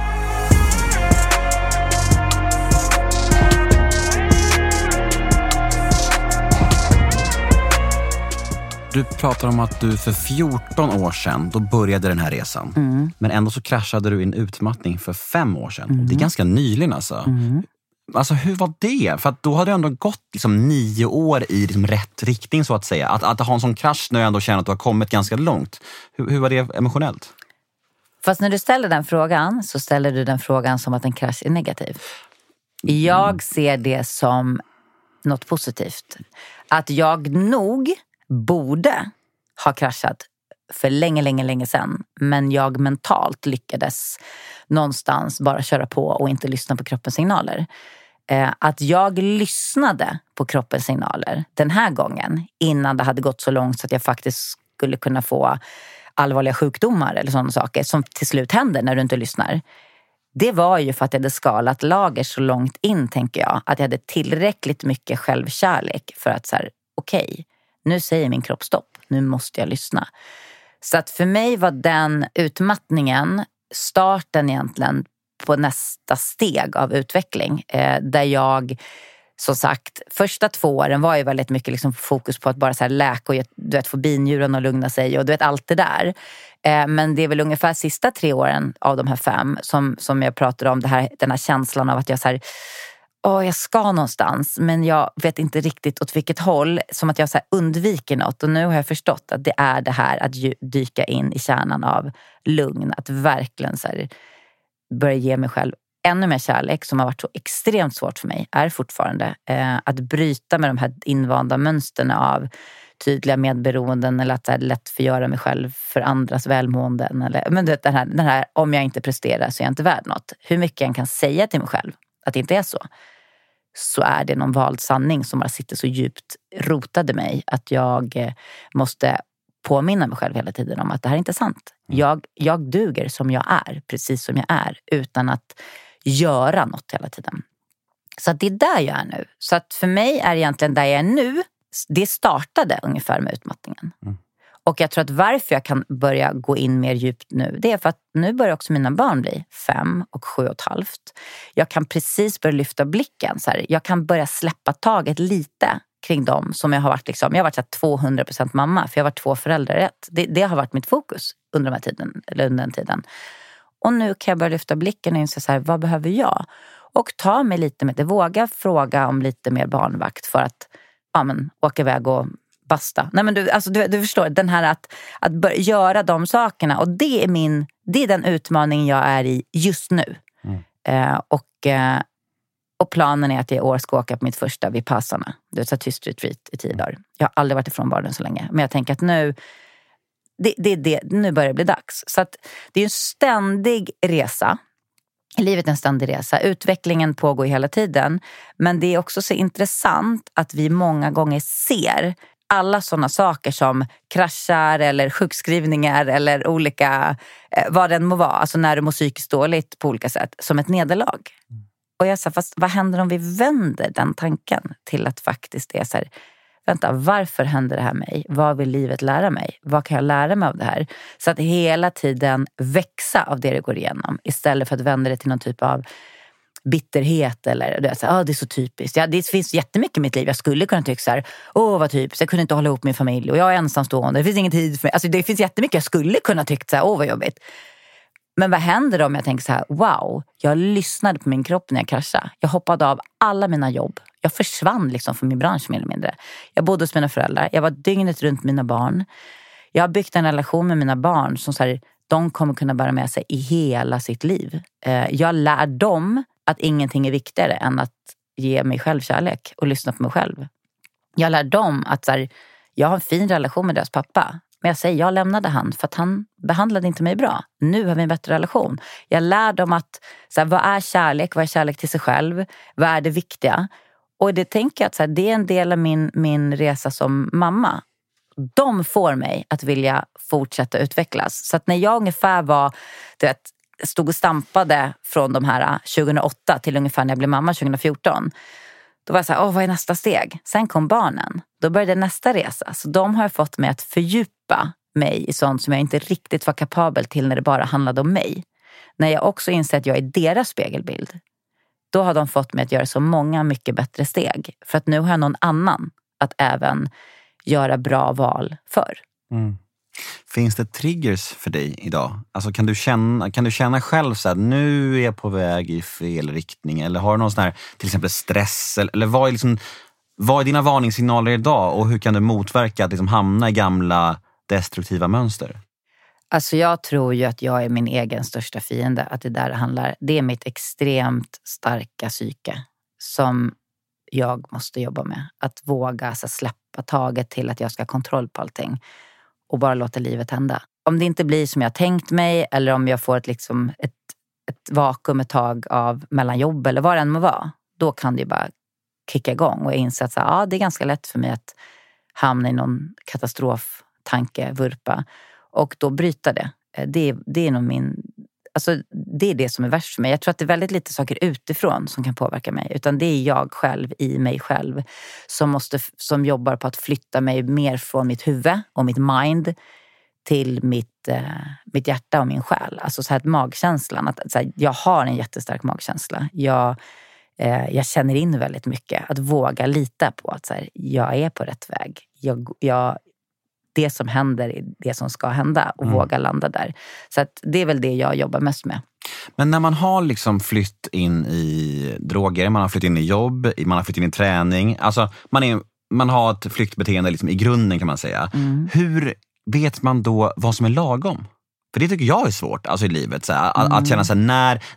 Du pratar om att du för 14 år sedan, då började den här resan. Men ändå så kraschade du i en utmattning för 5 år sedan. Det är ganska nyligen alltså. Alltså hur var det? För att då hade du ändå gått liksom 9 år i liksom rätt riktning så att säga. Att ha en sån krasch när jag ändå känner att du har kommit ganska långt. Hur var det emotionellt? Fast när du ställer den frågan så ställer du den frågan som att en krasch är negativ. Jag ser det som något positivt. Att jag nog borde ha kraschat för länge sedan. Men jag mentalt lyckades någonstans bara köra på och inte lyssna på kroppens signaler. Att jag lyssnade på kroppens signaler den här gången innan det hade gått så långt så att jag faktiskt skulle kunna få allvarliga sjukdomar eller sådana saker som till slut händer när du inte lyssnar. Det var ju för att jag hade skalat lager så långt in, tänker jag. Att jag hade tillräckligt mycket självkärlek för att så här, okej, nu säger min kropp stopp. Nu måste jag lyssna. Så att för mig var den utmattningen starten egentligen på nästa steg av utveckling. Där jag, som sagt, första 2 åren var ju väldigt mycket liksom fokus på att bara så här läka och du vet, få binjuren att lugna sig och du vet allt det där. Men det är väl ungefär sista 3 åren av de här 5 som jag pratade om, den här känslan av att jag så här, jag ska någonstans men jag vet inte riktigt åt vilket håll, som att jag så här undviker något. Och nu har jag förstått att det är det här att dyka in i kärnan av lugn, att verkligen så här börja ge mig själv ännu mer kärlek, som har varit så extremt svårt för mig, är fortfarande att bryta med de här invanda mönstren av tydliga medberoenden eller att lätt förgöra mig själv för andras välmåenden. Eller, men det, den här, om jag inte presterar så är jag inte värd något. Hur mycket jag kan säga till mig själv att det inte är så är det någon vald sanning som bara sitter så djupt rotad i mig att jag måste påminna mig själv hela tiden om att det här är inte sant. Jag duger som jag är, precis som jag är, utan att göra något hela tiden. Så att det är där jag är nu. Så att för mig är egentligen där jag är nu, det startade ungefär med utmattningen. Och jag tror att varför jag kan börja gå in mer djupt nu, det är för att nu börjar också mina barn bli 5 och 7,5. Jag kan precis börja lyfta blicken. Så här. Jag kan börja släppa taget lite kring dem som jag har varit liksom, jag har varit så här 200% mamma, för jag har varit 2 föräldrar rätt. Det har varit mitt fokus under den tiden. Och nu kan jag börja lyfta blicken och inse så här, vad behöver jag? Och ta mig lite med det, våga fråga om lite mer barnvakt för att åka iväg och basta. Nej men du förstår, den här att börja göra de sakerna, och det är den utmaningen jag är i just nu. Och planen är att jag i år ska åka på mitt första Vipassana. Det är ett tyst retreat i 10 dagar. Jag har aldrig varit ifrån barnen så länge. Men jag tänker att nu börjar det bli dags. Så att det är en ständig resa. Livet är en ständig resa. Utvecklingen pågår hela tiden. Men det är också så intressant att vi många gånger ser alla sådana saker som kraschar eller sjukskrivningar eller olika, vad den må vara, alltså när du mår psykiskt dåligt på olika sätt, som ett nederlag. Och jag sa, fast vad händer om vi vänder den tanken till att faktiskt det är så här, vänta, varför händer det här mig? Vad vill livet lära mig? Vad kan jag lära mig av det här? Så att hela tiden växa av det går igenom, istället för att vända det till någon typ av bitterhet eller det är så typiskt. Ja, det finns jättemycket i mitt liv. Jag skulle kunna tycka så här, vad typiskt, jag kunde inte hålla ihop min familj och jag är ensamstående. Det finns ingen tid för mig. Alltså det finns jättemycket jag skulle kunna tycka så här, vad jobbigt. Men vad händer om jag tänker så här, wow, jag lyssnade på min kropp när jag kraschade. Jag hoppade av alla mina jobb. Jag försvann liksom från min bransch mer eller mindre. Jag bodde hos mina föräldrar. Jag var dygnet runt mina barn. Jag har byggt en relation med mina barn som så här, de kommer kunna bära med sig i hela sitt liv. Jag lär dem att ingenting är viktigare än att ge mig självkärlek och lyssna på mig själv. Jag lär dem att så här, jag har en fin relation med deras pappa. Men jag säger, jag lämnade han för att han behandlade inte mig bra. Nu har vi en bättre relation. Jag lär dem att, så här, vad är kärlek? Vad är kärlek till sig själv? Vad är det viktiga? Och det tänker jag att så här, det är en del av min resa som mamma. De får mig att vilja fortsätta utvecklas. Så att när jag ungefär var, du vet, stod och stampade från de här 2008 till ungefär när jag blev mamma 2014. Då var jag så här, vad är nästa steg? Sen kom barnen. Då började nästa resa. Så de har fått mig att fördjupa mig i sånt som jag inte riktigt var kapabel till när det bara handlade om mig. När jag också inser att jag är deras spegelbild, då har de fått mig att göra så många mycket bättre steg. För att nu har jag någon annan att även göra bra val för. Mm. Finns det triggers för dig idag? Alltså kan du känna själv så här, nu är jag på väg i fel riktning? Eller har du någon sån här, till exempel stress? Eller vad är dina varningssignaler idag? Och hur kan du motverka att liksom hamna i gamla destruktiva mönster? Alltså jag tror ju att jag är min egen största fiende. Att det där handlar, det är mitt extremt starka psyke som jag måste jobba med. Att våga så släppa taget till att jag ska ha kontroll på allting. Och bara låta livet hända. Om det inte blir som jag tänkt mig, eller om jag får ett vakuum ett tag av mellan jobb eller vad det än må vara, då kan det ju bara kicka igång. Och jag inser att det är ganska lätt för mig att hamna i någon katastroftanke, vurpa. Och då bryta det. Det är nog det är det som är värst för mig. Jag tror att det är väldigt lite saker utifrån som kan påverka mig. Utan det är jag själv i mig själv som jobbar på att flytta mig mer från mitt huvud och mitt mind till mitt hjärta och min själ. Alltså så här magkänslan. Att, så här, jag har en jättestark magkänsla. Jag känner in väldigt mycket. Att våga lita på att så här, jag är på rätt väg. Det som händer är det som ska hända och våga landa där. Så att det är väl det jag jobbar mest med. Men när man har liksom flytt in i droger, man har flytt in i jobb, man har flytt in i träning. Alltså man har ett flyktbeteende liksom i grunden kan man säga. Hur vet man då vad som är lagom? För det tycker jag är svårt alltså i livet. Så här, att känna sig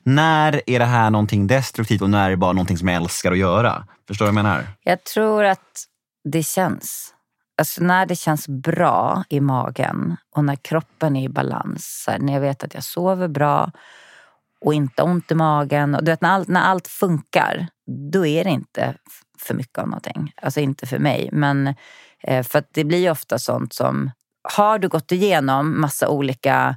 när är det här någonting destruktivt och när är det bara någonting som jag älskar att göra? Förstår du vad jag menar? Jag tror att det känns... Alltså när det känns bra i magen och när kroppen är i balans. Så här, när jag vet att jag sover bra och inte ont i magen. Och du vet, när allt funkar, då är det inte för mycket av någonting. Alltså inte för mig. Men för att det blir ju ofta sånt som... Har du gått igenom massa olika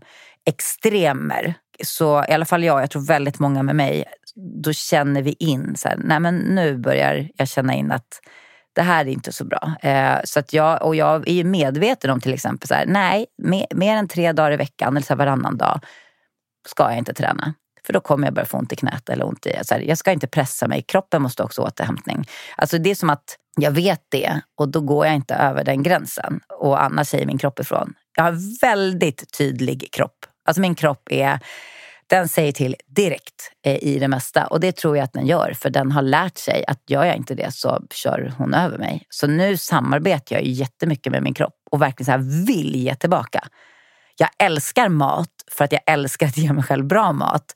extremer, så i alla fall jag tror väldigt många med mig, då känner vi in så här, nej men nu börjar jag känna in att det här är inte så bra. Så att jag är ju medveten om till exempel så här, nej, mer än 3 dagar i veckan eller så här, varannan dag ska jag inte träna. För då kommer jag börja få ont i knät eller ont i... Så här, jag ska inte pressa mig, kroppen måste också återhämtning. Alltså det är som att jag vet det och då går jag inte över den gränsen. Och annars säger min kropp ifrån. Jag har väldigt tydlig kropp. Alltså min kropp den säger till direkt i det mesta. Och det tror jag att den gör. För den har lärt sig att gör jag inte det så kör hon över mig. Så nu samarbetar jag ju jättemycket med min kropp. Och verkligen så här vill ge tillbaka. Jag älskar mat för att jag älskar att ge mig själv bra mat.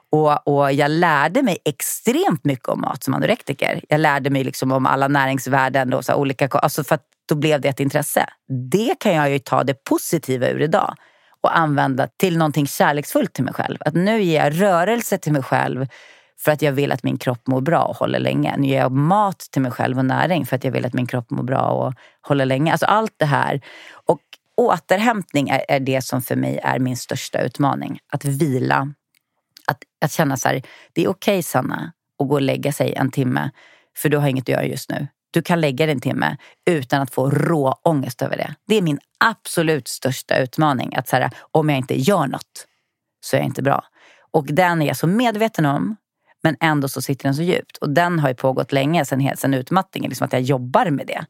Och jag lärde mig extremt mycket om mat som anorektiker. Jag lärde mig liksom om alla näringsvärden och så olika... Alltså för att då blev det ett intresse. Det kan jag ju ta det positiva ur idag. Och använda till någonting kärleksfullt till mig själv. Att nu ger jag rörelse till mig själv för att jag vill att min kropp mår bra och håller länge. Nu ger jag mat till mig själv och näring för att jag vill att min kropp mår bra och håller länge. Alltså allt det här. Och återhämtning är det som för mig är min största utmaning. Att vila. Att känna så här, det är okej, Sanna, att gå och lägga sig 1 timme. För du har inget att göra just nu. Du kan lägga dig 1 timme utan att få rå ångest över det. Det är min absolut största utmaning. Att så här, om jag inte gör något så är jag inte bra. Och den är jag så medveten om. Men ändå så sitter den så djupt. Och den har ju pågått länge sen utmattningen. Liksom att jag jobbar med det.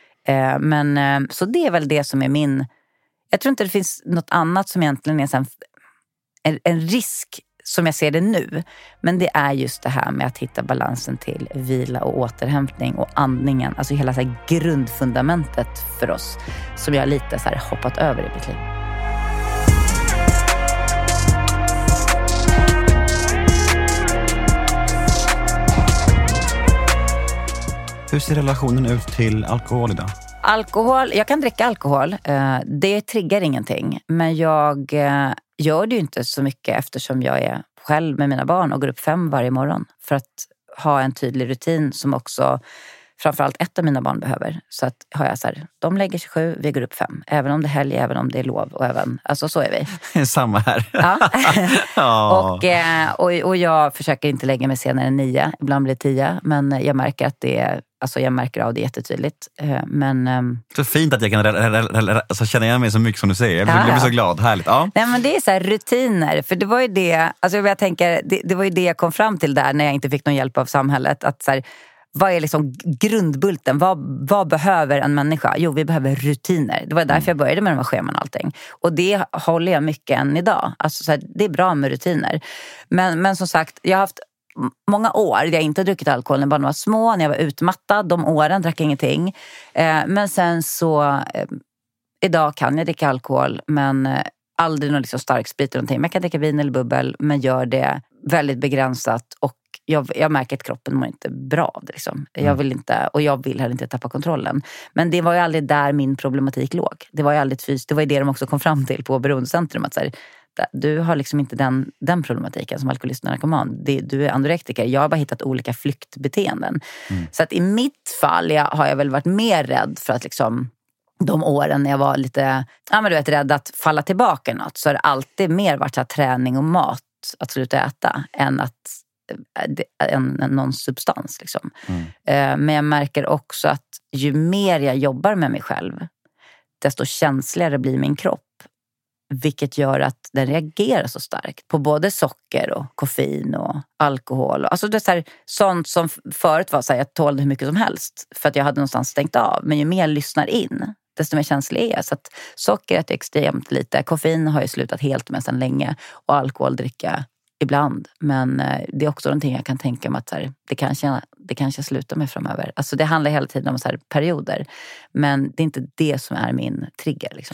Så det är väl det som är min... Jag tror inte det finns något annat som egentligen är en risk som jag ser det nu. Men det är just det här med att hitta balansen till vila och återhämtning och andningen. Alltså hela så här grundfundamentet för oss som jag lite så här hoppat över i mitt liv. Hur ser relationen ut till alkohol idag? Alkohol, jag kan dricka alkohol. Det triggar ingenting. Men jag gör det ju inte så mycket eftersom jag är själv med mina barn och går upp 5 varje morgon. För att ha en tydlig rutin som också framförallt ett av mina barn behöver. Så att har jag så här, de lägger sig 7, vi går upp 5. Även om det är helg, även om det är lov. Och även, alltså så är vi. Samma här. Ja. och jag försöker inte lägga mig senare än 9. Ibland blir det 10. Men jag märker att det är, alltså jag märker av det jättetydligt. Så fint att jag kan känna igen mig så mycket som du säger. Jag blir så glad, härligt. Ja. Nej, men det är så här rutiner. För det var ju det, alltså jag tänker, det var ju det jag kom fram till där när jag inte fick någon hjälp av samhället. Att så här, vad är liksom grundbulten? Vad behöver en människa? Jo, vi behöver rutiner. Det var därför jag började med de här scheman och allting. Och det håller jag mycket än idag. Alltså så här, det är bra med rutiner. Men som sagt, jag har haft många år där jag inte druckit alkohol när barnen var små, när jag var utmattad. De åren drack jag ingenting. Men sen så, idag kan jag dricka alkohol, men aldrig någon liksom stark sprit eller någonting. Men jag kan dricka vin eller bubbel, men gör det väldigt begränsat. Och jag märker att kroppen mår inte bra av det. Liksom. Jag vill inte, och jag vill heller inte tappa kontrollen. Men det var ju aldrig där min problematik låg. Det var ju aldrig fysiskt. Det var ju det de också kom fram till på beroendecentrum. Att så här, du har liksom inte den problematiken som alkoholist och narkoman. Du är anorektiker. Jag har bara hittat olika flyktbeteenden. Så att i mitt fall har jag väl varit mer rädd för att liksom de åren när jag var lite rädd att falla tillbaka något, så har det alltid mer varit så här, träning och mat att sluta äta än någon substans liksom. Men jag märker också att ju mer jag jobbar med mig själv, desto känsligare blir min kropp. Vilket gör att den reagerar så starkt på både socker och koffein och alkohol. Alltså det är så här, sånt som förut var så här, jag tålde hur mycket som helst för att jag hade någonstans stängt av. Men ju mer jag lyssnar in, desto mer känslig är jag. Så att socker är extremt lite. Koffein har jag slutat helt med sedan länge. Och alkohol dricka ibland. Men det är också någonting jag kan tänka mig att så här, det kanske slutar med framöver. Alltså det handlar hela tiden om så här perioder. Men det är inte det som är min trigger liksom.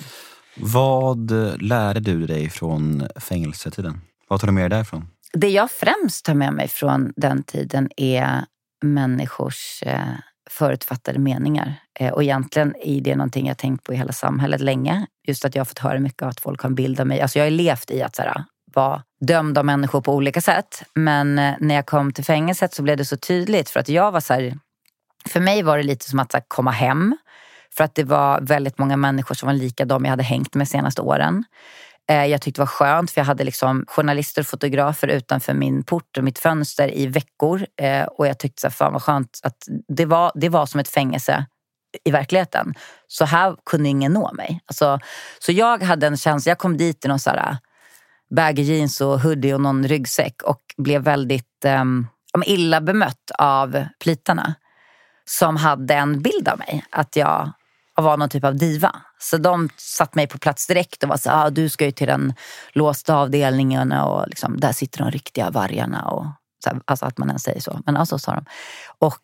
Vad lärde du dig från fängelsetiden? Vad tar du med dig därifrån? Det jag främst tar med mig från den tiden är människors förutfattade meningar. Och egentligen är det någonting jag tänkt på i hela samhället länge. Just att jag har fått höra mycket av att folk har en bild av mig. Alltså jag har levt i att så här, vara dömd av människor på olika sätt. Men när jag kom till fängelset så blev det så tydligt. För att jag var så här, för mig var det lite som att så här, komma hem. För att det var väldigt många människor som var lika de jag hade hängt med senaste åren. Jag tyckte det var skönt för jag hade liksom journalister och fotografer utanför min port och mitt fönster i veckor. Och jag tyckte så här, fan vad skönt att det var som ett fängelse i verkligheten. Så här kunde ingen nå mig. Alltså, så jag hade en känsla, jag kom dit i någon så här baggy jeans och hoodie och någon ryggsäck och blev väldigt illa bemött av plitarna. Som hade en bild av mig, att jag var någon typ av diva. Så de satt mig på plats direkt och var så här, du ska ju till den låsta avdelningen och liksom, där sitter de riktiga vargarna och så här, alltså att man ens säger så. Men alltså sa de. Och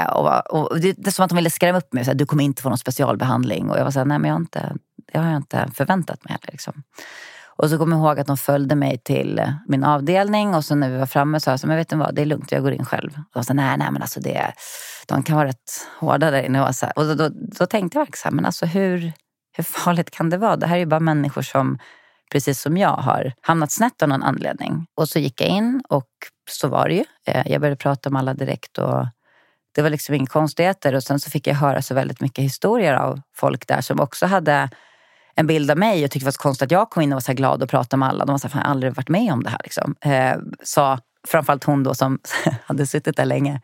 det är som att de ville skrämma upp mig, så här, du kommer inte få någon specialbehandling. Och jag var så här, nej men det har jag inte förväntat mig heller liksom. Och så kom jag ihåg att de följde mig till min avdelning. Och så när vi var framme så sa jag, men vet du vad, det är lugnt, jag går in själv. Och jag sa, nej men alltså de kan vara rätt hårda där inne. Och då tänkte jag så här, men alltså hur farligt kan det vara? Det här är ju bara människor som, precis som jag, har hamnat snett av någon anledning. Och så gick jag in och så var det ju. Jag började prata med alla direkt och det var liksom inga konstigheter. Och sen så fick jag höra så väldigt mycket historier av folk där som också hade en bild av mig och tyckte det var så konstigt att jag kom in och var så här glad och pratade med alla. De var så här, fan, jag har aldrig varit med om det här liksom. Sa framförallt hon då som hade suttit där länge.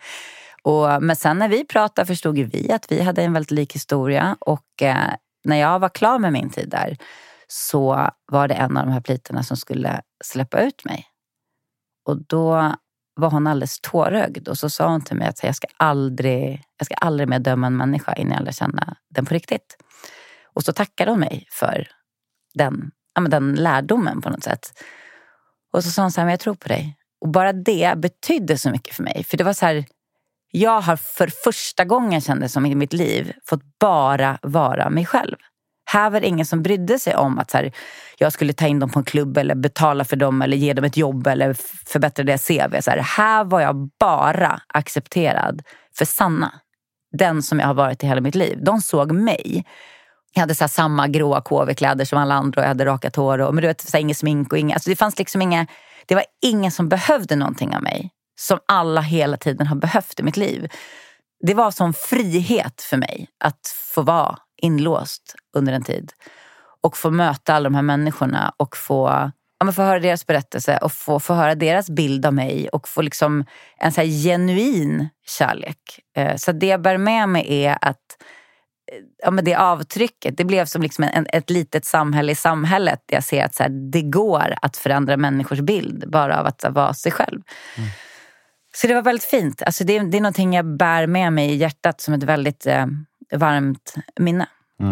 Men sen när vi pratade förstod ju vi att vi hade en väldigt lik historia. Och när jag var klar med min tid där så var det en av de här plitarna som skulle släppa ut mig. Och då var hon alldeles tårögd. Och så sa hon till mig att jag ska aldrig mer döma en människa innan jag lär känna den på riktigt. Och så tackade hon mig för den lärdomen på något sätt. Och så sa hon så här, men jag tror på dig. Och bara det betydde så mycket för mig. För det var så här, jag har för första gången kände som i mitt liv fått bara vara mig själv. Här var det ingen som brydde sig om att så här, jag skulle ta in dem på en klubb eller betala för dem eller ge dem ett jobb eller förbättra deras CV. Så här var jag bara accepterad för Sanna. Den som jag har varit i hela mitt liv. De såg mig. Jag hade så här samma gråa KV-kläder som alla andra och jag hade rakat hår. Men du vet, så här, inget smink och inga. Alltså det fanns liksom det var ingen som behövde någonting av mig. Som alla hela tiden har behövt i mitt liv. det var som frihet för mig att få vara inlåst under en tid. Och få möta alla de här människorna och få höra deras berättelse och få höra deras bild av mig och få liksom en så här genuin kärlek. Så det jag bär med mig är att det avtrycket, det blev som liksom ett litet samhälle i samhället där jag ser att så här, det går att förändra människors bild bara av att vara sig själv. Så det var väldigt fint. Alltså det är någonting jag bär med mig i hjärtat som ett väldigt varmt minne.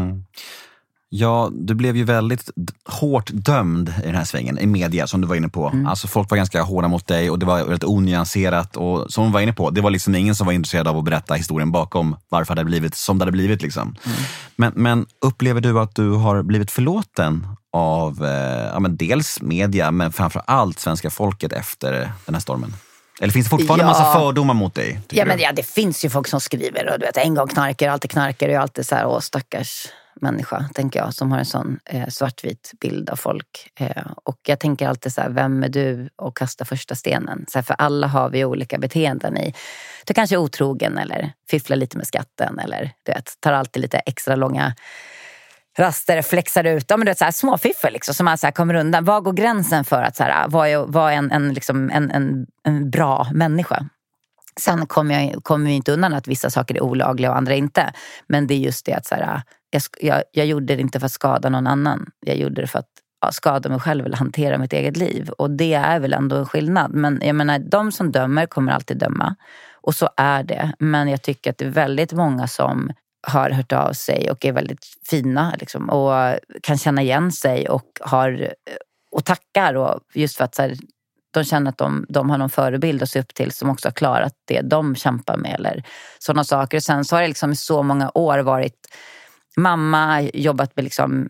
Ja, du blev ju väldigt hårt dömd i den här svängen i media som du var inne på. Alltså folk var ganska hårda mot dig och det var väldigt onyanserat och som du var inne på, det var liksom ingen som var intresserad av att berätta historien bakom varför det hade blivit som det hade blivit liksom. Men upplever du att du har blivit förlåten av dels media men framför allt svenska folket efter den här stormen? Eller finns det fortfarande en massa fördomar mot dig? Ja, det finns ju folk som skriver och du vet, en gång knarkar, alltid knarkar och jag är alltid så här, stackars människa, tänker jag, som har en sån svartvit bild av folk. Och jag tänker alltid så här, vem är du och kasta första stenen? Så här, för alla har vi olika beteenden i. Du kanske är otrogen eller fifflar lite med skatten eller du vet, tar alltid lite extra långa raster, flexar ut. Men du vet, så här, småfiffel liksom, som man så här kommer undan. Vad går gränsen för att så här, vara en bra människa? Sen kommer vi inte undan att vissa saker är olagliga och andra inte. Men det är just det att så här, jag gjorde det inte för att skada någon annan. Jag gjorde det för att skada mig själv eller hantera mitt eget liv. Och det är väl ändå en skillnad. Men jag menar, de som dömer kommer alltid döma. Och så är det. Men jag tycker att det är väldigt många som har hört av sig och är väldigt fina liksom, och kan känna igen sig och tackar. Och just för att så här, de känner att de har någon förebild att se upp till som också har klarat det de kämpar med eller sådana saker. Och sen så har det liksom i så många år varit mamma, jobbat med liksom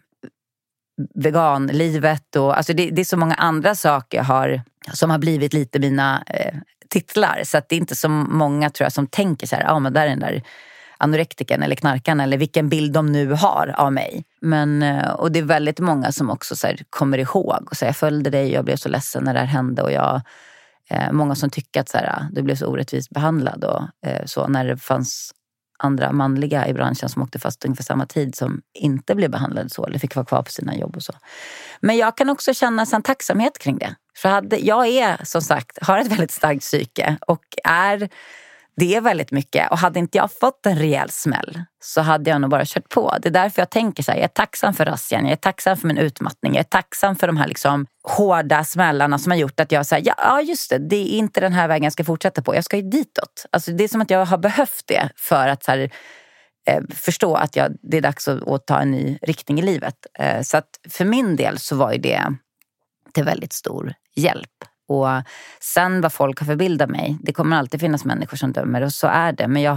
veganlivet och alltså det är så många andra saker som har blivit lite mina titlar. Så att det är inte så många tror jag som tänker så här, men där är den där anorektiken eller knarkan eller vilken bild de nu har av mig. Men, och det är väldigt många som också så här, kommer ihåg och säger jag följde dig, jag blev så ledsen när det här hände och många som tycker att så här, du blev så orättvist behandlad och så när det fanns andra manliga i branschen som åkte fast ungefär samma tid som inte blev behandlade så eller fick vara kvar på sina jobb och så. Men jag kan också känna en tacksamhet kring det. För jag är som sagt, har ett väldigt starkt psyke och det är väldigt mycket. Och hade inte jag fått en rejäl smäll så hade jag nog bara kört på. Det är därför jag tänker så här, jag är tacksam för razzian, jag är tacksam för min utmattning, jag är tacksam för de här liksom hårda smällarna som har gjort att jag säger ja just det är inte den här vägen jag ska fortsätta på, jag ska ju ditåt. Alltså det är som att jag har behövt det för att så här, förstå att det är dags att ta en ny riktning i livet. Så att för min del så var ju det till väldigt stor hjälp. Och sen vad folk har förbildat mig, det kommer alltid finnas människor som dömer och så är det. Men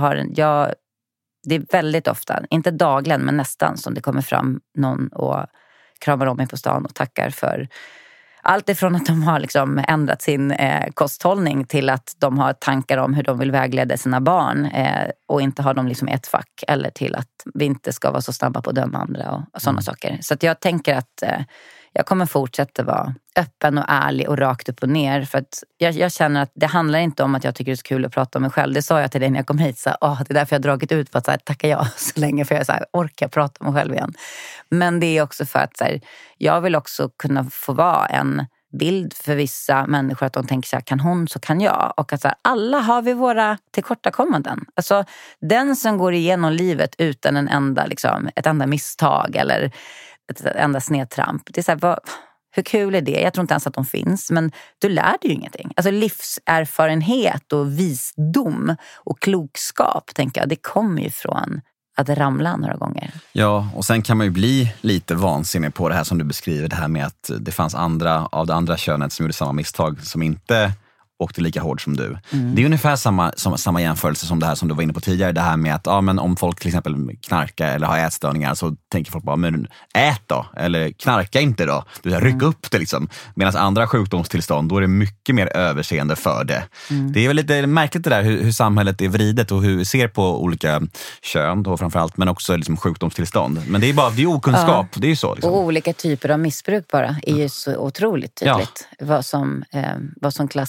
det är väldigt ofta, inte dagligen men nästan som det kommer fram någon och kramar om mig på stan och tackar för allt ifrån att de har liksom ändrat sin kosthållning till att de har tankar om hur de vill vägleda sina barn och inte ha dem liksom i ett fack eller till att vi inte ska vara så snabba på att döma andra och sådana saker. Så att jag tänker att jag kommer fortsätta vara öppen och ärlig och rakt upp och ner. För att jag känner att det handlar inte om att jag tycker det är så kul att prata om mig själv. Det sa jag till dig när jag kom hit. Så, det är därför jag har dragit ut på att så här, tacka jag så länge. För jag så här, orkar prata om mig själv igen. Men det är också för att så här, jag vill också kunna få vara en bild för vissa människor. Att de tänker så här, kan hon så kan jag. Och att så här, alla har vi våra tillkortakommanden. Alltså den som går igenom livet utan ett enda misstag eller ett enda snedtramp. Det är så här, hur kul är det? Jag tror inte ens att de finns. Men du lär dig ju ingenting. Alltså livserfarenhet och visdom och klokskap, tänker jag, det kommer ju från att ramla några gånger. Ja, och sen kan man ju bli lite vansinnig på det här som du beskriver. Det här med att det fanns andra av det andra könet som gjorde samma misstag som inte åkte lika hårt som du. Det är ungefär samma jämförelse som det här som du var inne på tidigare. Det här med att men om folk till exempel knarkar eller har ätstörningar så tänker folk bara, men ät då. Eller knarka inte då. Ryck upp det liksom. Medan andra sjukdomstillstånd, då är det mycket mer överseende för det. Det är väl lite märkligt det där hur samhället är vridet och hur vi ser på olika kön då framförallt, men också liksom sjukdomstillstånd. Men det är okunskap, det är ju så. Liksom. Och olika typer av missbruk bara är ju så otroligt tydligt. Vad som klassas som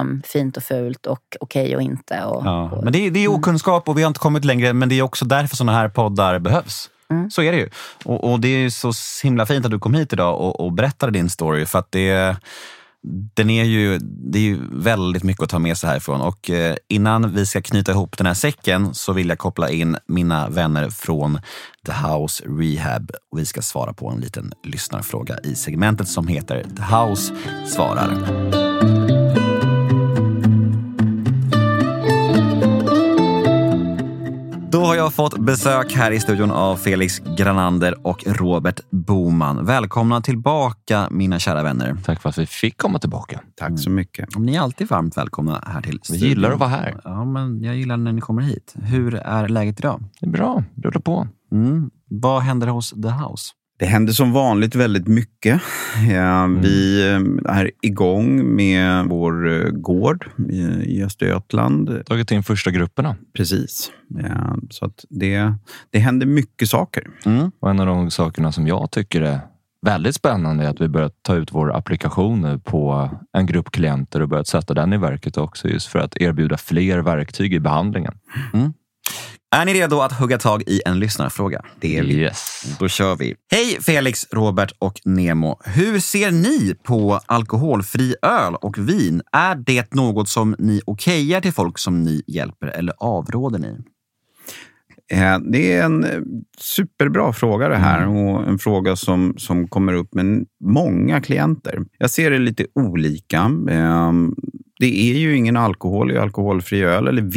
liksom fint och fult och okej och inte. Men det är okunskap och vi har inte kommit längre, men det är också därför sådana här poddar behövs. Så är det ju. Och det är så himla fint att du kom hit idag och berättade din story, för att det är ju väldigt mycket att ta med sig härifrån. Och innan vi ska knyta ihop den här säcken så vill jag koppla in mina vänner från The House Rehab. Och vi ska svara på en liten lyssnarfråga i segmentet som heter The House svarar. Då har jag fått besök här i studion av Felix Granander och Robert Boman. Välkomna tillbaka, mina kära vänner. Tack för att vi fick komma tillbaka. Tack så mycket. Ni är alltid varmt välkomna här till studion. Vi gillar att vara här. Ja, men jag gillar när ni kommer hit. Hur är läget idag? Det är bra, rullar på. Vad händer hos The House? Det händer som vanligt väldigt mycket. Vi är igång med vår gård i Östergötland. Tagit in första grupperna. Precis. Så att det händer mycket saker. Och en av de sakerna som jag tycker är väldigt spännande är att vi börjat ta ut vår applikation på en grupp klienter och börjat sätta den i verket också, just för att erbjuda fler verktyg i behandlingen. Är ni redo att hugga tag i en lyssnarfråga? Det är vi. Yes. Då kör vi. Hej Felix, Robert och Nemo. Hur ser ni på alkoholfri öl och vin? Är det något som ni okejar till folk som ni hjälper eller avråder ni? Det är en superbra fråga det här, och en fråga som kommer upp med många klienter. Jag ser det lite olika. Det är ju ingen alkohol i alkoholfri öl, eller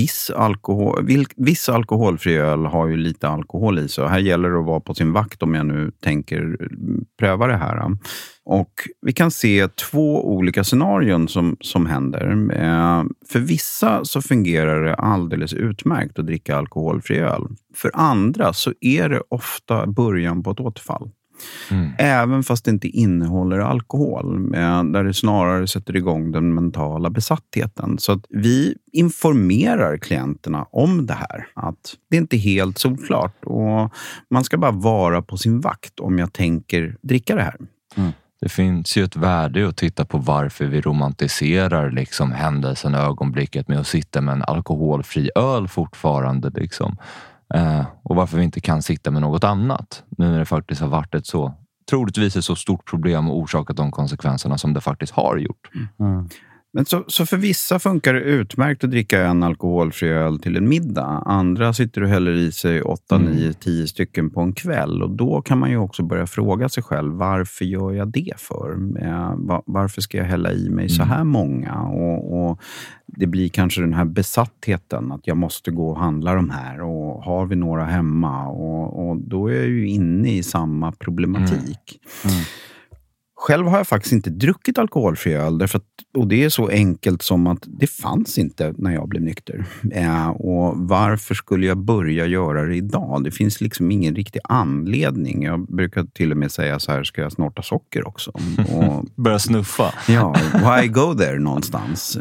viss alkoholfri öl har ju lite alkohol i, så här gäller det att vara på sin vakt om jag nu tänker pröva det här. Och vi kan se 2 olika scenarion som händer. För vissa så fungerar det alldeles utmärkt att dricka alkoholfri öl. För andra så är det ofta början på ett återfall. Även fast det inte innehåller alkohol, där det snarare sätter igång den mentala besattheten. Så att vi informerar klienterna om det här, att det inte är helt solklart och man ska bara vara på sin vakt om jag tänker dricka det här. Det finns ju ett värde att titta på varför vi romantiserar liksom händelsen, ögonblicket med att sitta med en alkoholfri öl fortfarande liksom. Och varför vi inte kan sitta med något annat nu när det faktiskt har varit ett så troligtvis ett så stort problem och orsakat de konsekvenserna som det faktiskt har gjort. Men så för vissa funkar det utmärkt att dricka en alkoholfri öl till en middag. Andra sitter och häller i sig 8, 9, 10 stycken på en kväll. Och då kan man ju också börja fråga sig själv, varför gör jag det för? Varför ska jag hälla i mig så här många? Och det blir kanske den här besattheten att jag måste gå och handla de här. Och har vi några hemma? Och då är jag ju inne i samma problematik. Själv har jag faktiskt inte druckit alkoholfri öl, och det är så enkelt som att det fanns inte när jag blev nykter. Och varför skulle jag börja göra det idag? Det finns liksom ingen riktig anledning. Jag brukar till och med säga så här, ska jag snorta socker också? Och, börja snuffa. Ja, why go there någonstans?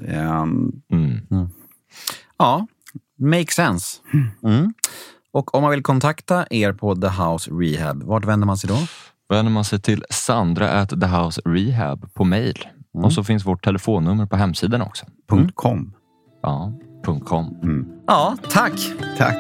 Ja, make sense. Och om man vill kontakta er på The House Rehab, vart vänder man sig då? Vänder man sig till Sandra@thehouserehab på mail. Och så finns vårt telefonnummer på hemsidan också. .com. Ja, .com. Ja, tack. Tack.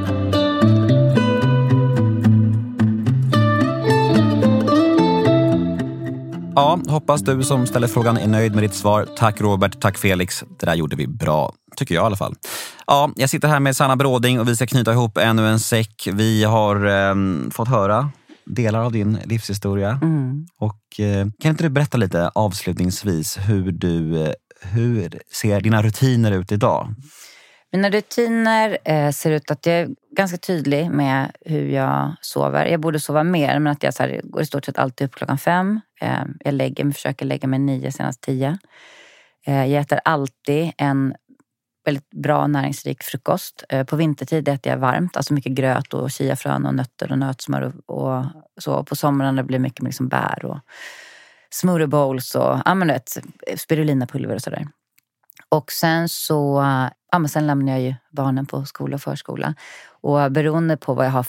Ja, hoppas du som ställer frågan är nöjd med ditt svar. Tack Robert, tack Felix. Det där gjorde vi bra, tycker jag i alla fall. Ja, jag sitter här med Sanna Bråding och vi ska knyta ihop ännu en säck. Vi har fått höra delar av din livshistoria. Och kan inte du berätta lite avslutningsvis hur ser dina rutiner ut idag? Mina rutiner ser ut att jag är ganska tydlig med hur jag sover. Jag borde sova mer, men att jag så här, går i stort sett alltid upp 5:00. Jag försöker lägga mig 9, senast 10. Jag äter alltid en väldigt bra näringsrik frukost. På vintertid äter jag varmt, alltså mycket gröt och chiafrön och nötter och nötsmör och så. På sommaren det blir mycket med liksom bär och smoothie bowls och spirulinapulver och sådär. Och sen så sen lämnar jag ju barnen på skola och förskola. Och beroende på vad jag har för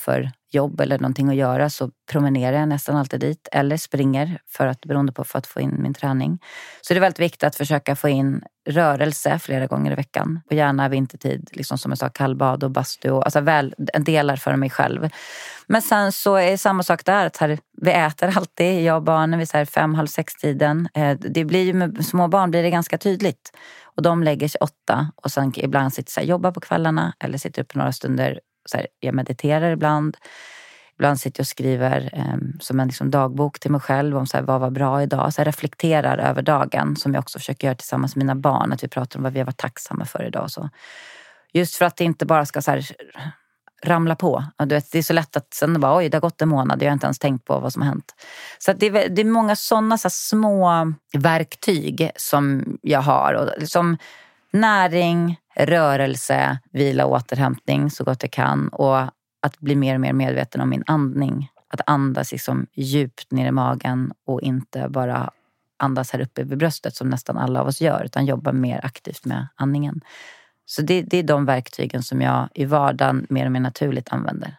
jobb eller någonting att göra så promenerar jag nästan alltid dit. Eller springer beroende på för att få in min träning. Så det är väldigt viktigt att försöka få in rörelse flera gånger i veckan. Och gärna vintertid, liksom som jag sa, kallbad och bastu. Alltså en delar för mig själv. Men sen så är samma sak där. Att vi äter alltid, jag och barnen, vid 5:30-6-tiden. Det blir ju med små barn blir det ganska tydligt. Och de lägger sig 8. Och sen ibland sitter jag jobbar på kvällarna. Eller sitter upp några stunder. Jag mediterar ibland. Ibland sitter jag och skriver som en liksom dagbok till mig själv om vad var bra idag. Reflekterar över dagen som jag också försöker göra tillsammans med mina barn. Att vi pratar om vad vi har varit tacksamma för idag. Och så. Just för att det inte bara ska ramla på. Du vet, det är så lätt att sen bara, oj, det har gått en månad. Jag har inte ens tänkt på vad som har hänt. Så att det är många sådana små verktyg som jag har. Och som näring, rörelse, vila och återhämtning så gott jag kan. Och att bli mer och mer medveten om min andning. Att andas liksom djupt ner i magen och inte bara andas här uppe vid bröstet som nästan alla av oss gör. Utan jobba mer aktivt med andningen. Så det är de verktygen som jag i vardagen mer och mer naturligt använder.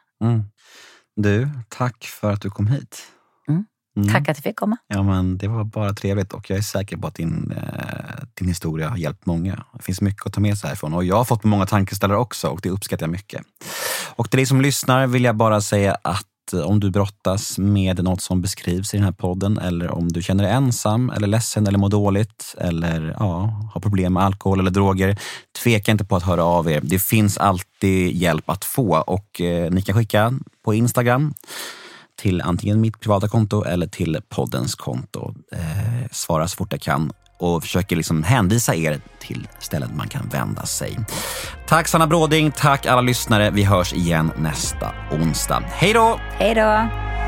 Du, tack för att du kom hit. Tack att jag fick komma. Ja, men det var bara trevligt och jag är säker på att din historia har hjälpt många. Det finns mycket att ta med sig härifrån och jag har fått många tankeställare också och det uppskattar jag mycket. Och till dig som lyssnar vill jag bara säga att om du brottas med något som beskrivs i den här podden eller om du känner dig ensam eller ledsen eller mår dåligt eller har problem med alkohol eller droger, tveka inte på att höra av er. Det finns alltid hjälp att få och ni kan skicka på Instagram till antingen mitt privata konto eller till poddens konto. Svara så fort jag kan och försöker liksom hänvisa er till ställen man kan vända sig. Tack Sanna Bråding, tack alla lyssnare. Vi hörs igen nästa onsdag. Hej då! Hej då!